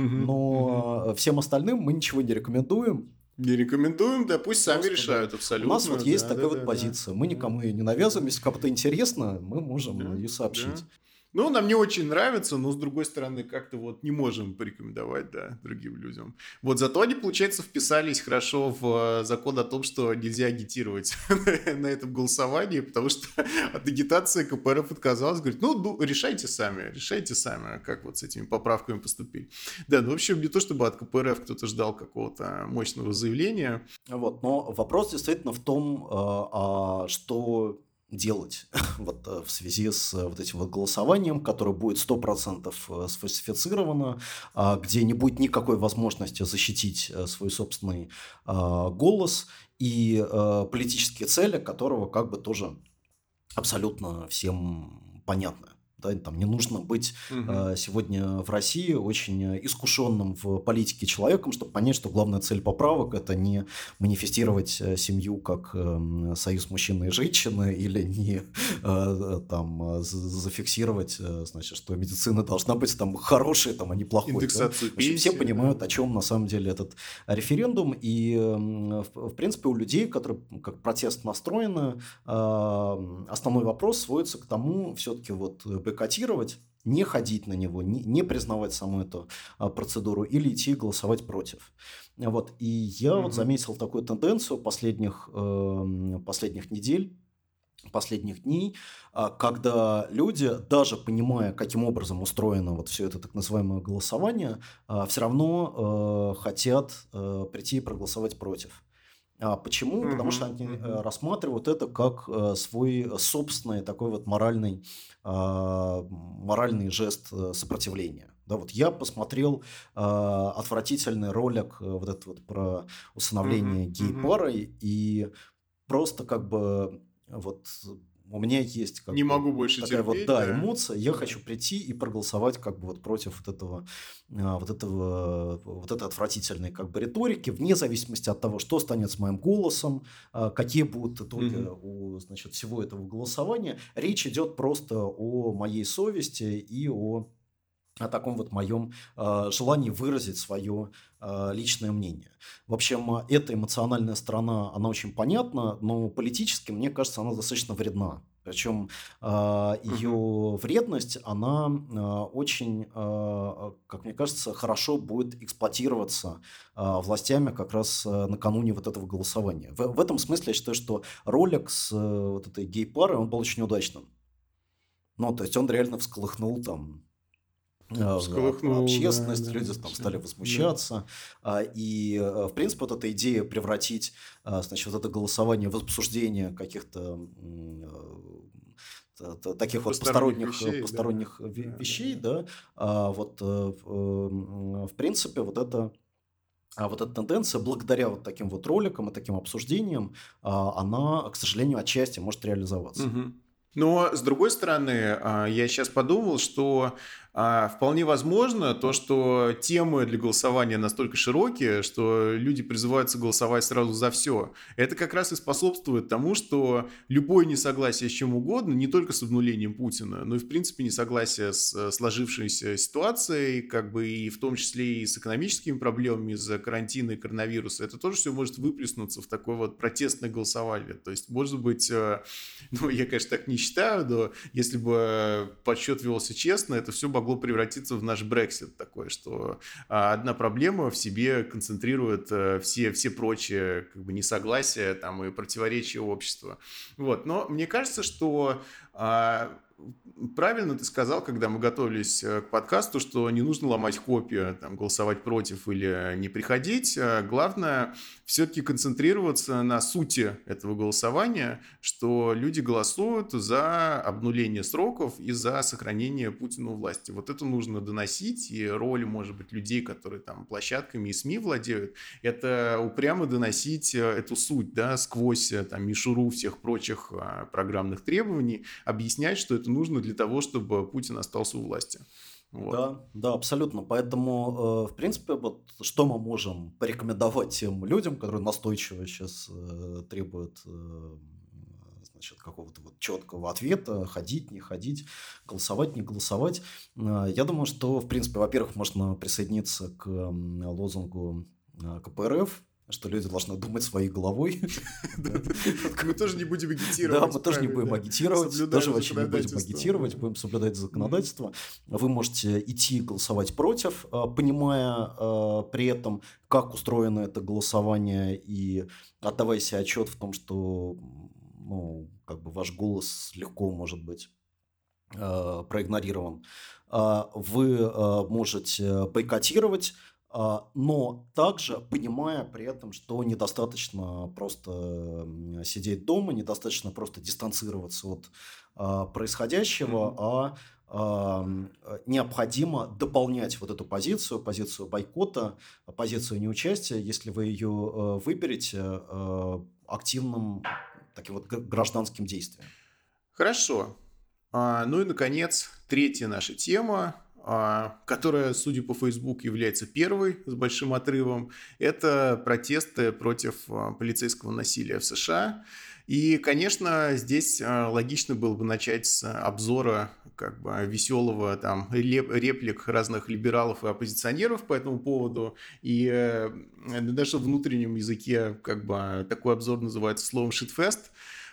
[SPEAKER 2] Но всем остальным мы ничего не рекомендуем.
[SPEAKER 1] Не рекомендуем, да, пусть сами решают абсолютно.
[SPEAKER 2] У нас вот есть такая вот позиция. Мы никому ее не навязываем. Если кому-то интересно, мы можем ее сообщить.
[SPEAKER 1] Ну, нам не очень нравится, но, с другой стороны, как-то вот не можем порекомендовать, да, другим людям. Вот зато они, получается, вписались хорошо в закон о том, что нельзя агитировать на этом голосовании, потому что от агитации КПРФ отказалась, говорит, ну, решайте сами, как вот с этими поправками поступить. Да, ну, в общем, не то чтобы от КПРФ кто-то ждал какого-то мощного заявления.
[SPEAKER 2] Вот, но вопрос действительно в том, что делать вот, в связи с вот этим вот голосованием, которое будет 100% сфальсифицировано, где не будет никакой возможности защитить свой собственный голос и политические цели, которого как бы тоже абсолютно всем понятны. Да, там не нужно быть сегодня в России очень искушенным в политике человеком, чтобы понять, что главная цель поправок – это не манифестировать семью как союз мужчины и женщины или не зафиксировать, значит, что медицина должна быть там хорошей, там, а не плохой.
[SPEAKER 1] Индексацию
[SPEAKER 2] да?
[SPEAKER 1] пенсии.
[SPEAKER 2] Все понимают, о чем на самом деле этот референдум. И, в принципе, у людей, которые как протест настроены, основной вопрос сводится к тому, все-таки вот бойкотировать, не ходить на него, не признавать саму эту процедуру или идти голосовать против. Вот. И я вот заметил такую тенденцию последних недель, последних дней, когда люди, даже понимая, каким образом устроено вот все это так называемое голосование, все равно хотят прийти и проголосовать против. Почему? Потому что они рассматривают это как свой собственный такой вот моральный жест сопротивления. Да, вот я посмотрел отвратительный ролик вот этот вот про усыновление гей-пары, и просто как бы вот у меня есть как
[SPEAKER 1] не
[SPEAKER 2] бы
[SPEAKER 1] могу больше
[SPEAKER 2] такая
[SPEAKER 1] терпеть,
[SPEAKER 2] вот эмоция, я хочу прийти и проголосовать как бы вот против вот этой отвратительной как бы риторики, вне зависимости от того, что станет с моим голосом, какие будут итоги у, значит, всего этого голосования. Речь идет просто о моей совести и о таком вот моем желании выразить свое личное мнение. В общем, эта эмоциональная сторона, она очень понятна, но политически, мне кажется, она достаточно вредна. Причем ее вредность, она очень, как мне кажется, хорошо будет эксплуатироваться властями как раз накануне вот этого голосования. В этом смысле я считаю, что ролик с вот этой гей-парой, он был очень удачным. Ну, то есть он реально всколыхнул там
[SPEAKER 1] всколыхнул,
[SPEAKER 2] общественность,
[SPEAKER 1] да,
[SPEAKER 2] люди там
[SPEAKER 1] всё,
[SPEAKER 2] стали возмущаться. И, в принципе, вот эта идея превратить, значит, вот это голосование в обсуждение каких-то таких вот посторонних вещей, да, вот, в принципе, вот эта тенденция, благодаря вот таким вот роликам и таким обсуждениям, она, к сожалению, отчасти может реализоваться.
[SPEAKER 1] Но, с другой стороны, я сейчас подумал, что вполне возможно то, что темы для голосования настолько широкие, что люди призываются голосовать сразу за все. Это как раз и способствует тому, что любое несогласие с чем угодно, не только с обнулением Путина, но и, в принципе, несогласие с сложившейся ситуацией, как бы и в том числе и с экономическими проблемами из-за карантина и коронавируса, это тоже все может выплеснуться в такое вот протестное голосование. То есть, может быть, ну, я, конечно, так не считаю, но если бы подсчет велся честно, это все могло превратиться в наш Брексит такой, что одна проблема в себе концентрирует все прочие как бы несогласия там, и противоречия общества. Вот. Но мне кажется, что правильно ты сказал, когда мы готовились к подкасту, что не нужно ломать копию, там, голосовать против или не приходить. Главное все-таки концентрироваться на сути этого голосования, что люди голосуют за обнуление сроков и за сохранение Путина у власти. Вот это нужно доносить, и роль, может быть, людей, которые там площадками и СМИ владеют, это упрямо доносить эту суть, да, сквозь там мишуру всех прочих программных требований, объяснять, что это нужно для того, чтобы Путин остался у власти. Вот.
[SPEAKER 2] Да, абсолютно. Поэтому, в принципе, вот что мы можем порекомендовать тем людям, которые настойчиво сейчас требуют значит, какого-то вот четкого ответа, ходить, не ходить, голосовать, не голосовать. Я думаю, что, в принципе, во-первых, можно присоединиться к лозунгу КПРФ, что люди должны думать своей головой.
[SPEAKER 1] Мы тоже не будем агитировать.
[SPEAKER 2] Да, мы тоже не будем агитировать, тоже вообще не будем агитировать,
[SPEAKER 1] да.
[SPEAKER 2] будем соблюдать законодательство. Вы можете идти голосовать против, понимая при этом, как устроено это голосование, и отдавая себе отчет в том, что как бы ваш голос легко может быть проигнорирован. Вы можете бойкотировать, но также понимая при этом, что недостаточно просто сидеть дома, недостаточно просто дистанцироваться от происходящего, необходимо дополнять вот эту позицию бойкота, позицию неучастия, если вы ее выберете, активным таким вот гражданским действием.
[SPEAKER 1] Хорошо. Ну и, наконец, третья наша тема, которая, судя по Facebook, является первой с большим отрывом, это протесты против полицейского насилия в США. И, конечно, здесь логично было бы начать с обзора как бы веселого там реплик разных либералов и оппозиционеров по этому поводу. И даже в внутреннем языке как бы такой обзор называется словом «shitfest».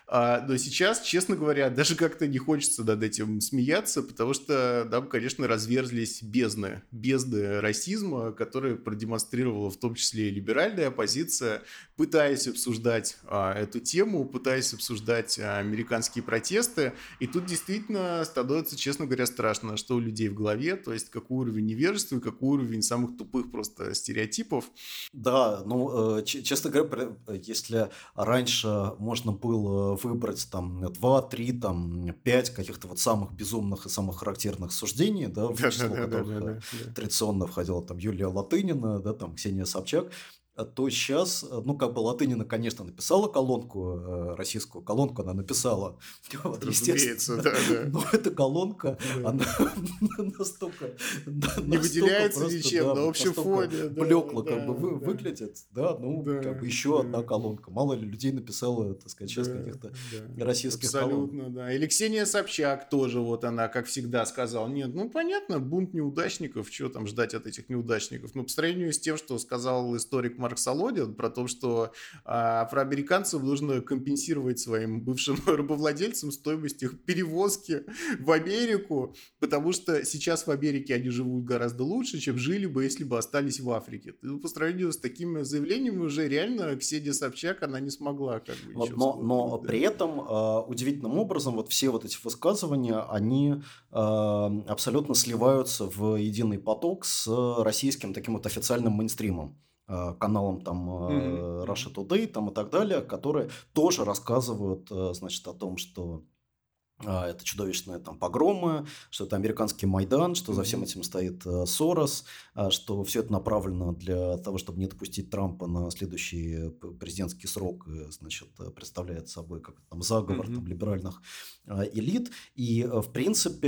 [SPEAKER 1] Но сейчас, честно говоря, даже как-то не хочется над этим смеяться, потому что там, конечно, разверзлись бездны расизма, которые продемонстрировала в том числе и либеральная оппозиция, пытаясь обсуждать эту тему, пытаясь обсуждать американские протесты. И тут действительно становится, честно говоря, страшно, что у людей в голове, то есть какой уровень невежества и какой уровень самых тупых просто стереотипов.
[SPEAKER 2] Да, честно говоря, если раньше можно было выбрать там 2, 3, там 5 каких-то вот самых безумных и самых характерных суждений, да, в число которых традиционно входила там Юлия Латынина, да, там Ксения Собчак, то сейчас, как бы Латынина, конечно, написала колонку, российскую колонку она написала, вот,
[SPEAKER 1] Разумеется, да.
[SPEAKER 2] Но эта колонка, она настолько
[SPEAKER 1] не выделяется ничем на общем фоне.
[SPEAKER 2] Блекло как бы выглядит, да, как бы еще одна колонка. Мало ли людей написала, так сказать, сейчас каких-то российских колонок.
[SPEAKER 1] Абсолютно, да. Или Ксения Собчак тоже, вот она, как всегда, сказала, нет, понятно, бунт неудачников, что там ждать от этих неудачников. Но по сравнению с тем, что сказал историк Марк Солодин про то, что афроамериканцев нужно компенсировать своим бывшим рабовладельцам стоимость их перевозки в Америку, потому что сейчас в Америке они живут гораздо лучше, чем жили бы, если бы остались в Африке. По сравнению с такими заявлениями уже реально Ксения Собчак, она не смогла как бы ничего сказать.
[SPEAKER 2] Но при этом удивительным образом вот все вот эти высказывания, они абсолютно сливаются в единый поток с российским таким вот официальным мейнстримом, каналам там Russia Today там и так далее, которые тоже рассказывают, значит, о том, что это чудовищные там погромы, что это американский Майдан, что за всем этим стоит Сорос, что все это направлено для того, чтобы не допустить Трампа на следующий президентский срок, значит, представляет собой как там заговор там, либеральных элит. И, в принципе,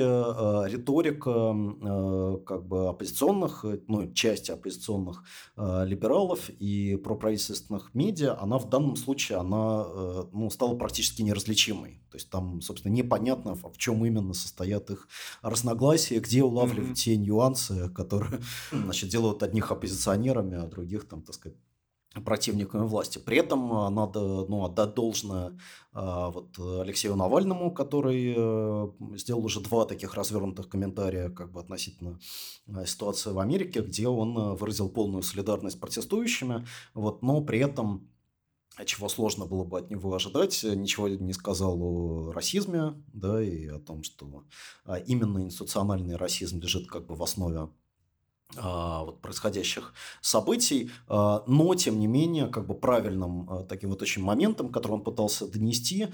[SPEAKER 2] риторика как бы оппозиционных, части оппозиционных либералов и проправительственных медиа, она в данном случае она, стала практически неразличимой. То есть там, собственно, непонятно, в чем именно состоят их разногласия, где улавливать те нюансы, которые, значит, делают одних оппозиционерами, а других, там, так сказать, противниками власти. При этом надо отдать должное вот Алексею Навальному, который сделал уже 2 таких развернутых комментария как бы относительно ситуации в Америке, где он выразил полную солидарность с протестующими, вот, но при этом, чего сложно было бы от него ожидать, ничего не сказал о расизме, да, и о том, что именно институциональный расизм лежит как бы в основе вот происходящих событий, но, тем не менее, как бы правильным таким вот очень моментом, который он пытался донести,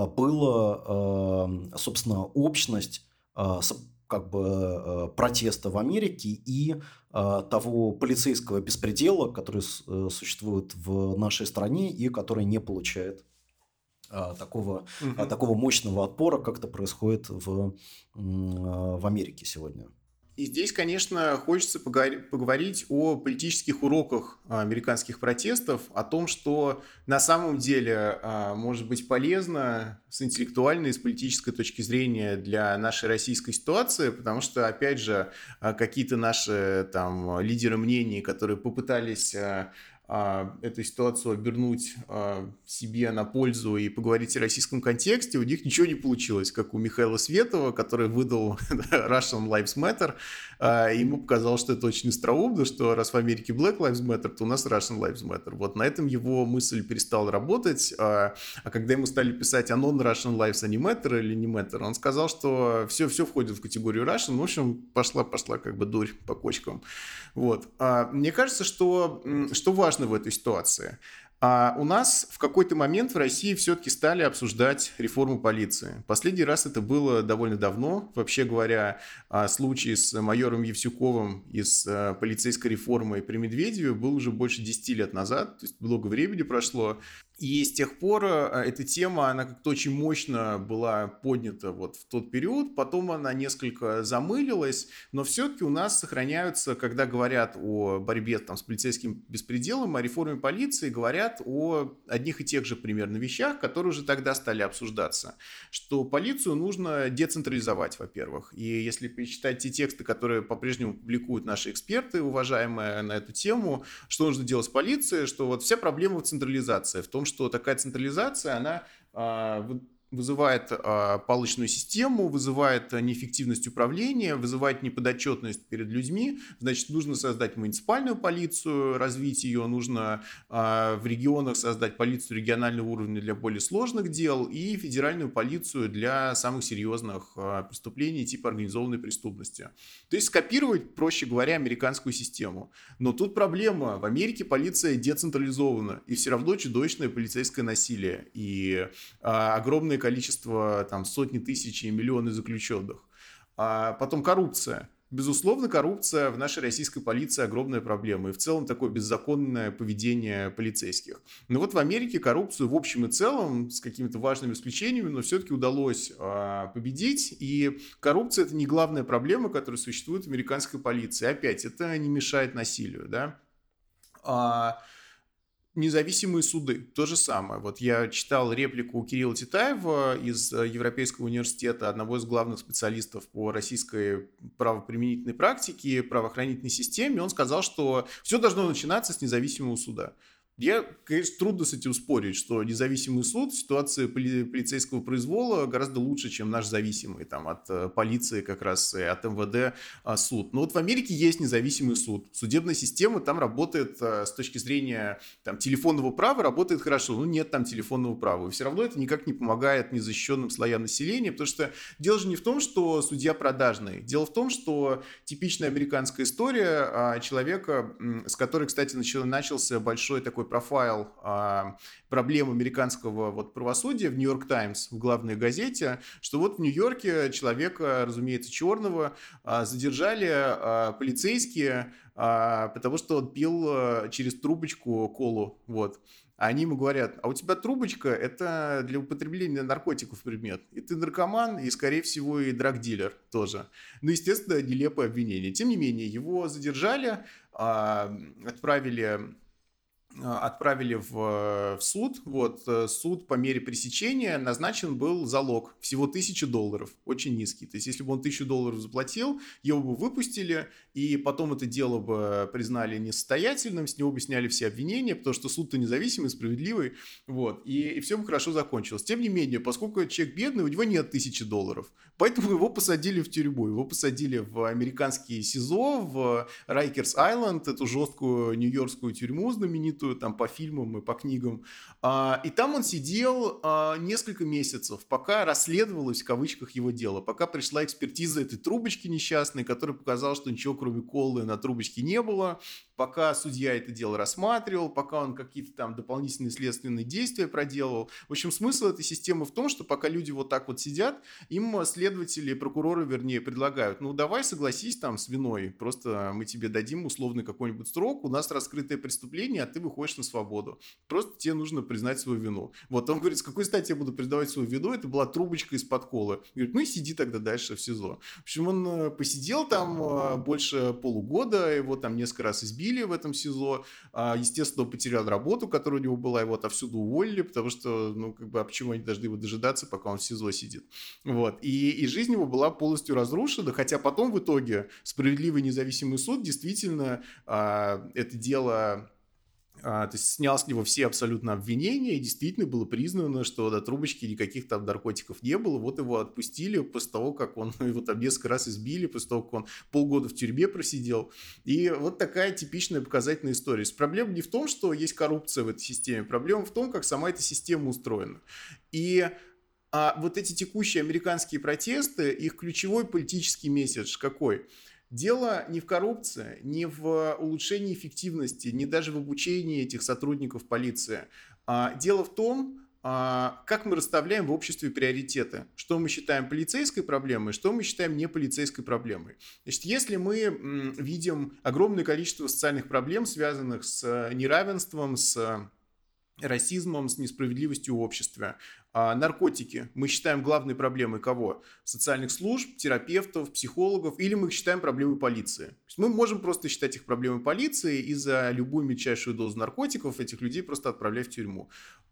[SPEAKER 2] было, собственно, общность как бы протеста в Америке и того полицейского беспредела, который существует в нашей стране и который не получает такого мощного отпора, как это происходит в Америке сегодня.
[SPEAKER 1] И здесь, конечно, хочется поговорить о политических уроках американских протестов, о том, что на самом деле может быть полезно с интеллектуальной и с политической точки зрения для нашей российской ситуации, потому что, опять же, какие-то наши там лидеры мнений, которые попытались эту ситуацию обернуть себе на пользу и поговорить о российском контексте, у них ничего не получилось, как у Михаила Светова, который выдал Russian Lives Matter. Ему показалось, что это очень остроумно, что раз в Америке Black Lives Matter, то у нас Russian Lives Matter. Вот на этом его мысль перестала работать, а когда ему стали писать, а non-Russian Lives они Matter или не Matter, он сказал, что все входит в категорию Russian. В общем, пошла как бы дурь по кочкам. Вот. Мне кажется, что важно в этой ситуации. У нас в какой-то момент в России все-таки стали обсуждать реформу полиции. Последний раз это было довольно давно. Вообще говоря, случай с майором Евсюковым из полицейской реформы при Медведеве был уже больше 10 лет назад. То есть много времени прошло. И с тех пор эта тема, она как-то очень мощно была поднята вот в тот период, потом она несколько замылилась, но все-таки у нас сохраняются, когда говорят о борьбе там, с полицейским беспределом, о реформе полиции, говорят о одних и тех же примерно вещах, которые уже тогда стали обсуждаться, что полицию нужно децентрализовать, во-первых, и если почитать те тексты, которые по-прежнему публикуют наши эксперты, уважаемые на эту тему, что нужно делать с полицией, что вот вся проблема в централизации, в том, что такая централизация, она вызывает палочную систему, вызывает неэффективность управления, вызывает неподотчетность перед людьми. Значит, нужно создать муниципальную полицию, развить ее, нужно в регионах создать полицию регионального уровня для более сложных дел и федеральную полицию для самых серьезных преступлений типа организованной преступности. То есть скопировать, проще говоря, американскую систему. Но тут проблема. В Америке полиция децентрализована, и все равно чудовищное полицейское насилие, и огромное количество, там, сотни тысяч и миллионы заключенных. Потом коррупция. Безусловно, коррупция в нашей российской полиции огромная проблема. И в целом такое беззаконное поведение полицейских. Но вот в Америке коррупцию в общем и целом, с какими-то важными исключениями, но все-таки удалось победить. И коррупция – это не главная проблема, которая существует в американской полиции. Опять, это не мешает насилию, да? Независимые суды, то же самое. Вот я читал реплику Кирилла Титаева из Европейского университета, одного из главных специалистов по российской правоприменительной практике, правоохранительной системе. Он сказал, что все должно начинаться с независимого суда. Я, конечно, трудно с этим спорить, что независимый суд в ситуации полицейского произвола гораздо лучше, чем наш зависимый там, от полиции как раз и от МВД суд. Но вот в Америке есть независимый суд. Судебная система там работает с точки зрения там, телефонного права, работает хорошо. Ну, нет там телефонного права. И все равно это никак не помогает незащищенным слоям населения, потому что дело же не в том, что судья продажный. Дело в том, что типичная американская история человека, с которой, кстати, начался большой такой профайл проблем американского вот правосудия в Нью-Йорк Таймс, в главной газете, что вот в Нью-Йорке человека, разумеется, черного, задержали полицейские, потому что он пил через трубочку колу, вот. А они ему говорят, а у тебя трубочка – это для употребления наркотиков предмет. И ты наркоман, и, скорее всего, и драгдилер тоже. Ну, естественно, нелепое обвинение. Тем не менее, его задержали, отправили в суд. Вот, суд по мере пресечения назначен был залог всего $1000, очень низкий. То есть, если бы он $1000 заплатил, его бы выпустили, и потом это дело бы признали несостоятельным, с него бы сняли все обвинения, потому что суд-то независимый, справедливый, вот, и все бы хорошо закончилось. Тем не менее, поскольку человек бедный, у него нет $1000, поэтому его посадили в тюрьму, его посадили в американские СИЗО, в Райкерс-Айленд, эту жесткую нью-йоркскую тюрьму знаменитую, там по фильмам и по книгам. И там он сидел несколько месяцев, пока расследовалось в кавычках его дело, пока пришла экспертиза этой трубочки несчастной, которая показала, что ничего кроме колы на трубочке не было, пока судья это дело рассматривал, пока он какие-то там дополнительные следственные действия проделывал. В общем, смысл этой системы в том, что пока люди вот так вот сидят, им следователи, прокуроры, вернее, предлагают, ну давай согласись там с виной, просто мы тебе дадим условный какой-нибудь срок, у нас раскрытое преступление, а ты выходишь на свободу. Просто тебе нужно признать свою вину. Вот он говорит, с какой стати я буду признавать свою вину? Это была трубочка из-под колы. Говорит, ну и сиди тогда дальше в СИЗО. В общем, он посидел там больше полугода, его там несколько раз избили в этом СИЗО. Естественно, он потерял работу, которая у него была, его отовсюду уволили, потому что, ну, как бы, а почему они должны его дожидаться, пока он в СИЗО сидит? Вот. И жизнь его была полностью разрушена, хотя потом в итоге справедливый независимый суд действительно это дело То есть снял с него все абсолютно обвинения, и действительно было признано, что до трубочки никаких там наркотиков не было. Вот его отпустили после того, как он его там несколько раз избили, после того, как он полгода в тюрьме просидел. И вот такая типичная показательная история. Проблема не в том, что есть коррупция в этой системе, проблема в том, как сама эта система устроена. И вот эти текущие американские протесты, их ключевой политический месседж какой? Дело не в коррупции, не в улучшении эффективности, не даже в обучении этих сотрудников полиции. Дело в том, как мы расставляем в обществе приоритеты. Что мы считаем полицейской проблемой, что мы считаем не полицейской проблемой. Значит, если мы видим огромное количество социальных проблем, связанных с неравенством, с расизмом, с несправедливостью в обществе. Наркотики мы считаем главной проблемой кого? Социальных служб, терапевтов, психологов, или мы их считаем проблемой полиции. То есть мы можем просто считать их проблемой полиции и за любую мельчайшую дозу наркотиков этих людей просто отправлять в тюрьму.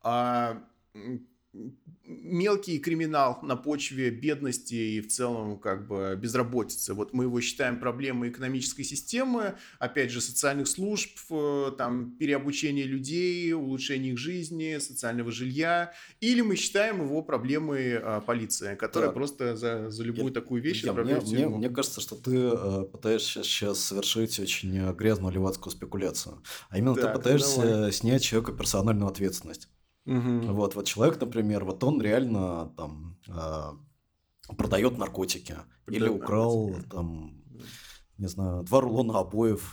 [SPEAKER 1] Мелкий криминал на почве бедности и в целом как бы безработицы. Вот мы его считаем проблемой экономической системы, опять же, социальных служб, там, переобучения людей, улучшения их жизни, социального жилья. Или мы считаем его проблемой полиции, которая просто за любую такую вещь отправляет в тюрьму.
[SPEAKER 2] Мне кажется, что ты пытаешься сейчас совершить очень грязную левацкую спекуляцию. А именно ты пытаешься снять человека персональную ответственность. Вот человек, например, вот он реально там продает наркотики или украл там, не знаю, 2 рулона обоев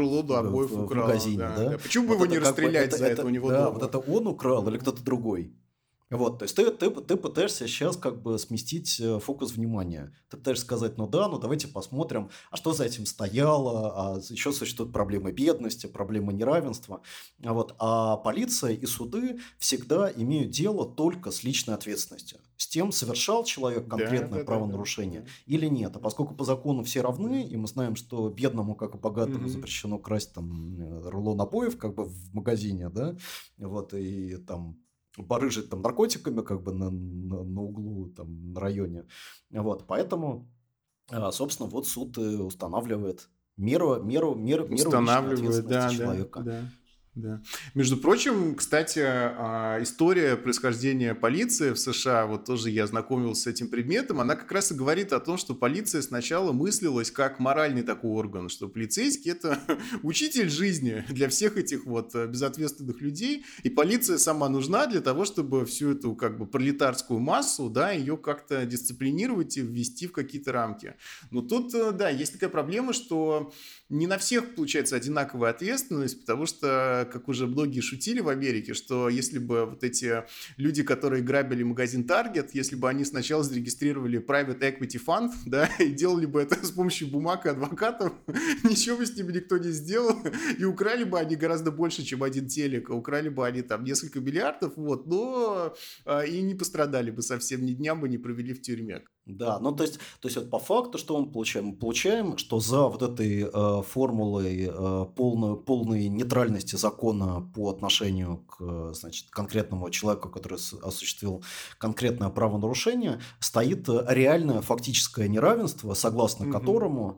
[SPEAKER 2] в магазине, да?
[SPEAKER 1] Почему бы его не расстрелять за это у него дома?
[SPEAKER 2] Вот это он украл или кто-то другой? Вот, то есть ты пытаешься сейчас как бы сместить фокус внимания. Ты пытаешься сказать, ну давайте посмотрим, а что за этим стояло, еще существуют проблемы бедности, проблемы неравенства. Вот, а полиция и суды всегда имеют дело только с личной ответственностью. С тем, совершал человек конкретное правонарушение или нет. А поскольку по закону все равны, и мы знаем, что бедному, как и богатому, запрещено красть там рулон обоев как бы в магазине, да, вот, и там барыжить там наркотиками как бы на углу там на районе. Вот, поэтому, собственно, вот суд устанавливает меру личной ответственности человека.
[SPEAKER 1] Да. Между прочим, кстати, история происхождения полиции в США, вот тоже я знакомился с этим предметом, она как раз и говорит о том, что полиция сначала мыслилась как моральный такой орган, что полицейский – это учитель жизни для всех этих вот безответственных людей, и полиция сама нужна для того, чтобы всю эту как бы пролетарскую массу, да, ее как-то дисциплинировать и ввести в какие-то рамки. Но тут, да, есть такая проблема, что не на всех получается одинаковая ответственность, потому что, как уже многие шутили в Америке, что если бы вот эти люди, которые грабили магазин Target, если бы они сначала зарегистрировали Private Equity Fund, да, и делали бы это с помощью бумаг и адвокатов, ничего бы с ними никто не сделал, и украли бы они гораздо больше, чем один телек, украли бы они там несколько миллиардов, вот, но и не пострадали бы совсем, ни дня бы не провели в тюрьме.
[SPEAKER 2] Да, ну то есть вот по факту что мы получаем? Мы получаем, что за вот этой формулой полной нейтральности закона по отношению к, значит, конкретному человеку, который осуществил конкретное правонарушение, стоит реальное фактическое неравенство, согласно которому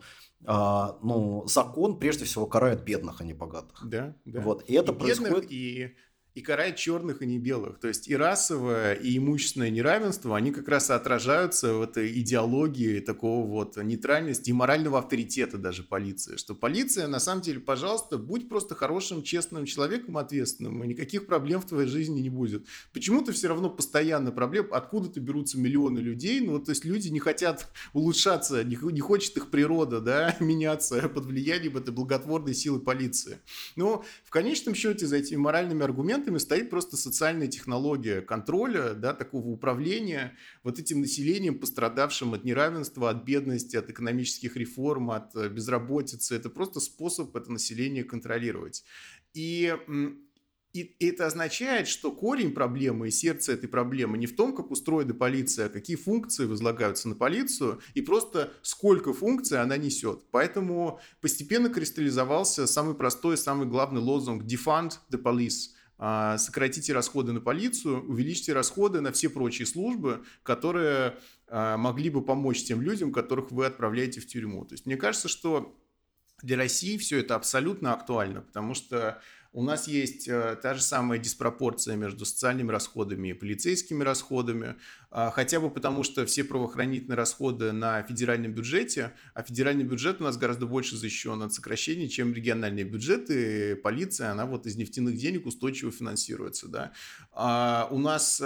[SPEAKER 2] закон прежде всего карает бедных, а не богатых.
[SPEAKER 1] Да.
[SPEAKER 2] Вот, и это происходит...
[SPEAKER 1] И карает черных и не белых. То есть и расовое, и имущественное неравенство, они как раз отражаются в этой идеологии такого вот нейтральности и морального авторитета даже полиции. Что полиция, на самом деле, пожалуйста, будь просто хорошим, честным человеком, ответственным, и никаких проблем в твоей жизни не будет. Почему-то все равно постоянно проблем, откуда-то берутся миллионы людей, ну, то есть люди не хотят улучшаться, не хочет их природа, да, меняться под влиянием этой благотворной силы полиции. Но в конечном счете за этими моральными аргументами стоит просто социальная технология контроля, да, такого управления вот этим населением, пострадавшим от неравенства, от бедности, от экономических реформ, от безработицы. Это просто способ это население контролировать. И это означает, что корень проблемы и сердце этой проблемы не в том, как устроена полиция, а какие функции возлагаются на полицию и просто сколько функций она несет. Поэтому постепенно кристаллизовался самый простой и самый главный лозунг «Defund the police». Сократите расходы на полицию, увеличьте расходы на все прочие службы, которые могли бы помочь тем людям, которых вы отправляете в тюрьму. То есть мне кажется, что для России все это абсолютно актуально, потому что У нас есть та же самая диспропорция между социальными расходами и полицейскими расходами, хотя бы потому, что все правоохранительные расходы на федеральном бюджете, а федеральный бюджет у нас гораздо больше защищен от сокращений, чем региональные бюджеты. Полиция, она вот из нефтяных денег устойчиво финансируется, да. У нас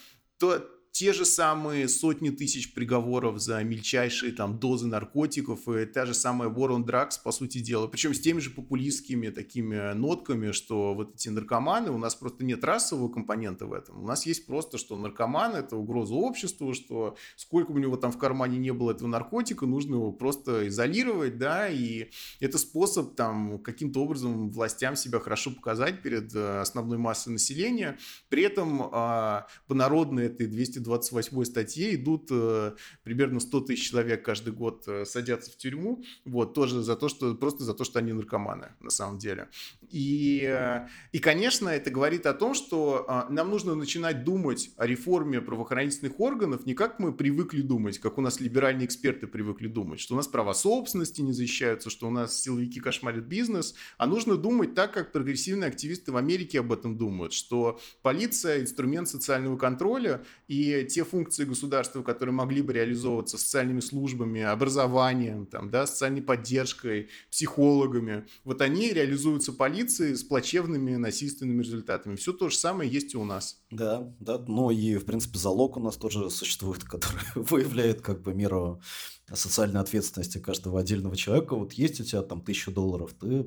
[SPEAKER 1] те же самые сотни тысяч приговоров за мельчайшие там дозы наркотиков и та же самая War on Drugs, по сути дела. Причем с теми же популистскими такими нотками, что вот эти наркоманы, у нас просто нет расового компонента в этом. У нас есть просто, что наркоман – это угроза обществу, что сколько у него там в кармане не было этого наркотика, нужно его просто изолировать, да, и это способ там каким-то образом властям себя хорошо показать перед основной массой населения. При этом по народной этой 228 статье идут примерно 100 тысяч человек каждый год садятся в тюрьму, вот, тоже за то, что, просто за то, что они наркоманы, на самом деле. И, конечно, это говорит о том, что нам нужно начинать думать о реформе правоохранительных органов не как мы привыкли думать, как у нас либеральные эксперты привыкли думать, что у нас права собственности не защищаются, что у нас силовики кошмарят бизнес, а нужно думать так, как прогрессивные активисты в Америке об этом думают, что полиция – инструмент социального контроля, и те функции государства, которые могли бы реализовываться социальными службами, образованием, там, да, социальной поддержкой, психологами, вот они реализуются полицией с плачевными насильственными результатами. Все то же самое есть и у нас.
[SPEAKER 2] Да, да, но и, в принципе, залог у нас тоже существует, который выявляет как бы меру социальной ответственности каждого отдельного человека. Вот есть у тебя там $1000, ты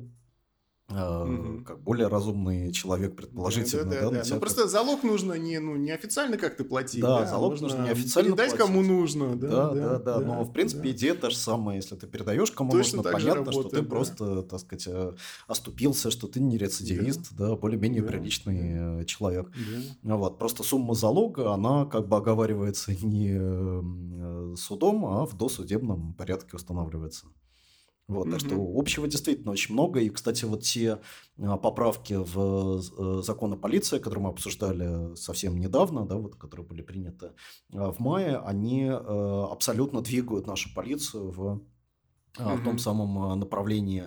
[SPEAKER 2] как более разумный человек, предположительно, да, на
[SPEAKER 1] Да.
[SPEAKER 2] тебя
[SPEAKER 1] Ну, просто залог нужно не официально как-то платить,
[SPEAKER 2] да,
[SPEAKER 1] да,
[SPEAKER 2] залог нужно не официально
[SPEAKER 1] передать
[SPEAKER 2] платить.
[SPEAKER 1] кому нужно.
[SPEAKER 2] Да. Но, в принципе, идея та же самая. Если ты передаешь кому
[SPEAKER 1] Точно
[SPEAKER 2] нужно,
[SPEAKER 1] так же
[SPEAKER 2] понятно, что
[SPEAKER 1] работает,
[SPEAKER 2] ты
[SPEAKER 1] да.
[SPEAKER 2] просто, так сказать, оступился, что ты не рецидивист, да, более-менее приличный человек. Вот. Просто сумма залога, она как бы оговаривается не судом, а в досудебном порядке устанавливается. Вот, так что общего действительно очень много. И, кстати, вот те поправки в закон о полиции, которые мы обсуждали совсем недавно, да, вот, которые были приняты в мае, они абсолютно двигают нашу полицию в том самом направлении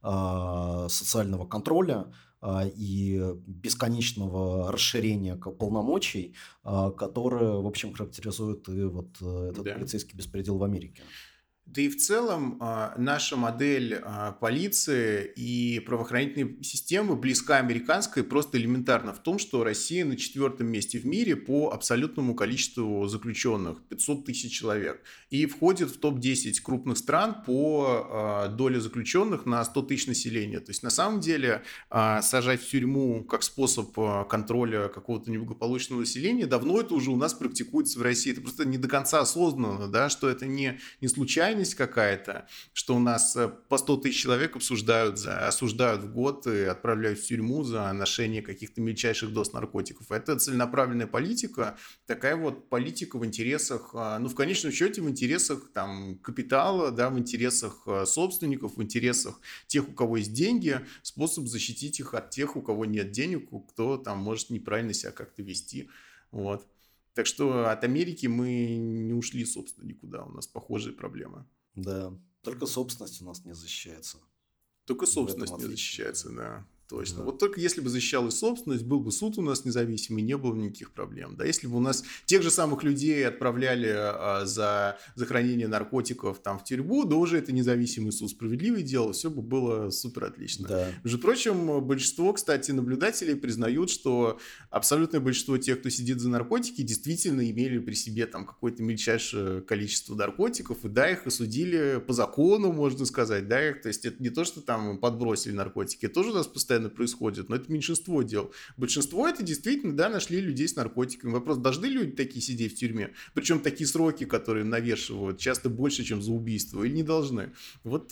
[SPEAKER 2] социального контроля и бесконечного расширения полномочий, которое, в общем, характеризует и вот этот полицейский беспредел в Америке.
[SPEAKER 1] Да и в целом наша модель полиции и правоохранительной системы близка американской просто элементарно в том, что Россия на 4-м месте в мире по абсолютному количеству заключенных, 500 тысяч человек, и входит в топ-10 крупных стран по доле заключенных на 100 тысяч населения. То есть на самом деле сажать в тюрьму как способ контроля какого-то неблагополучного населения, давно это уже у нас практикуется в России. Это просто не до конца осознанно, да, что это не случайно какая-то, что у нас по 100 тысяч человек осуждают в год и отправляют в тюрьму за ношение каких-то мельчайших доз наркотиков. Это целенаправленная политика, такая вот политика в интересах, ну, в конечном счете, в интересах там капитала, да, в интересах собственников, в интересах тех, у кого есть деньги, способ защитить их от тех, у кого нет денег, кто там может неправильно себя как-то вести. Вот. Так что от Америки мы не ушли, собственно, никуда. У нас похожие проблемы.
[SPEAKER 2] Да, только собственность у нас не защищается.
[SPEAKER 1] Только собственность не защищается, да. Точно. Вот только если бы защищалась собственность, был бы суд у нас независимый, не было бы никаких проблем. Да, если бы у нас тех же самых людей отправляли за хранение наркотиков там в тюрьму, да уже это независимый суд справедливый делал, все бы было супер отлично.
[SPEAKER 2] Да.
[SPEAKER 1] Между прочим, большинство, кстати, наблюдателей признают, что абсолютное большинство тех, кто сидит за наркотики, действительно имели при себе там какое-то мельчайшее количество наркотиков, и да, их осудили по закону, можно сказать, да, то есть это не то, что там подбросили наркотики, это тоже у нас постоянно происходит, но это меньшинство дел. Большинство это действительно, да, нашли людей с наркотиками. Вопрос, должны люди такие сидеть в тюрьме? Причем такие сроки, которые навешивают, часто больше, чем за убийство, или не должны? Вот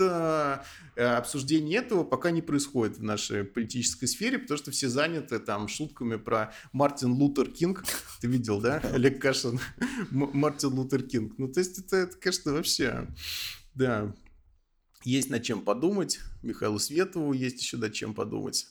[SPEAKER 1] обсуждение этого пока не происходит в нашей политической сфере, потому что все заняты там шутками про Мартин Лутер Кинг. Ты видел, да? Олег Кашин. Мартин Лутер Кинг. Ну, то есть это, конечно, вообще, да. Есть над чем подумать. Михаилу Светову есть еще над чем подумать.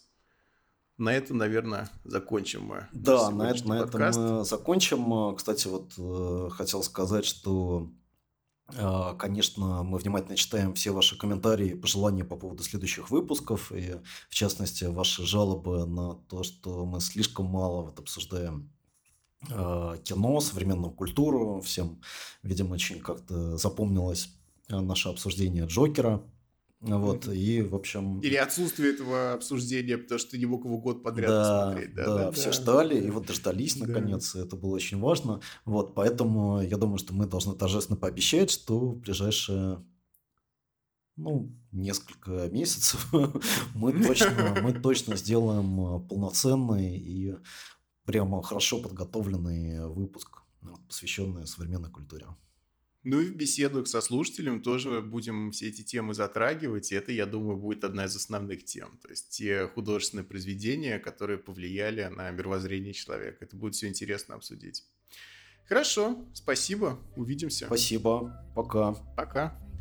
[SPEAKER 1] На этом, наверное, закончим мы.
[SPEAKER 2] Да, на этом мы закончим. Кстати, вот хотел сказать, что Конечно, мы внимательно читаем все ваши комментарии и пожелания по поводу следующих выпусков, и в частности ваши жалобы на то, что мы слишком мало вот обсуждаем кино, современную культуру. Всем, видимо, очень как-то запомнилось наше обсуждение Джокера. Вот,
[SPEAKER 1] Мгм.
[SPEAKER 2] и, в общем,
[SPEAKER 1] Или отсутствие этого обсуждения, потому что ты не мог его год подряд
[SPEAKER 2] да,
[SPEAKER 1] посмотреть.
[SPEAKER 2] да, все
[SPEAKER 1] Да-да-да.
[SPEAKER 2] ждали, и вот дождались
[SPEAKER 1] Да.
[SPEAKER 2] наконец, и это было очень важно. Вот, поэтому я думаю, что мы должны торжественно пообещать, что в ближайшие, ну, несколько месяцев мы точно сделаем полноценный и прямо хорошо подготовленный выпуск, посвященный современной культуре.
[SPEAKER 1] Ну и в беседах со слушателем тоже будем все эти темы затрагивать, и это, я думаю, будет одна из основных тем. То есть те художественные произведения, которые повлияли на мировоззрение человека. Это будет все интересно обсудить. Хорошо, спасибо, увидимся.
[SPEAKER 2] Спасибо, пока.
[SPEAKER 1] Пока.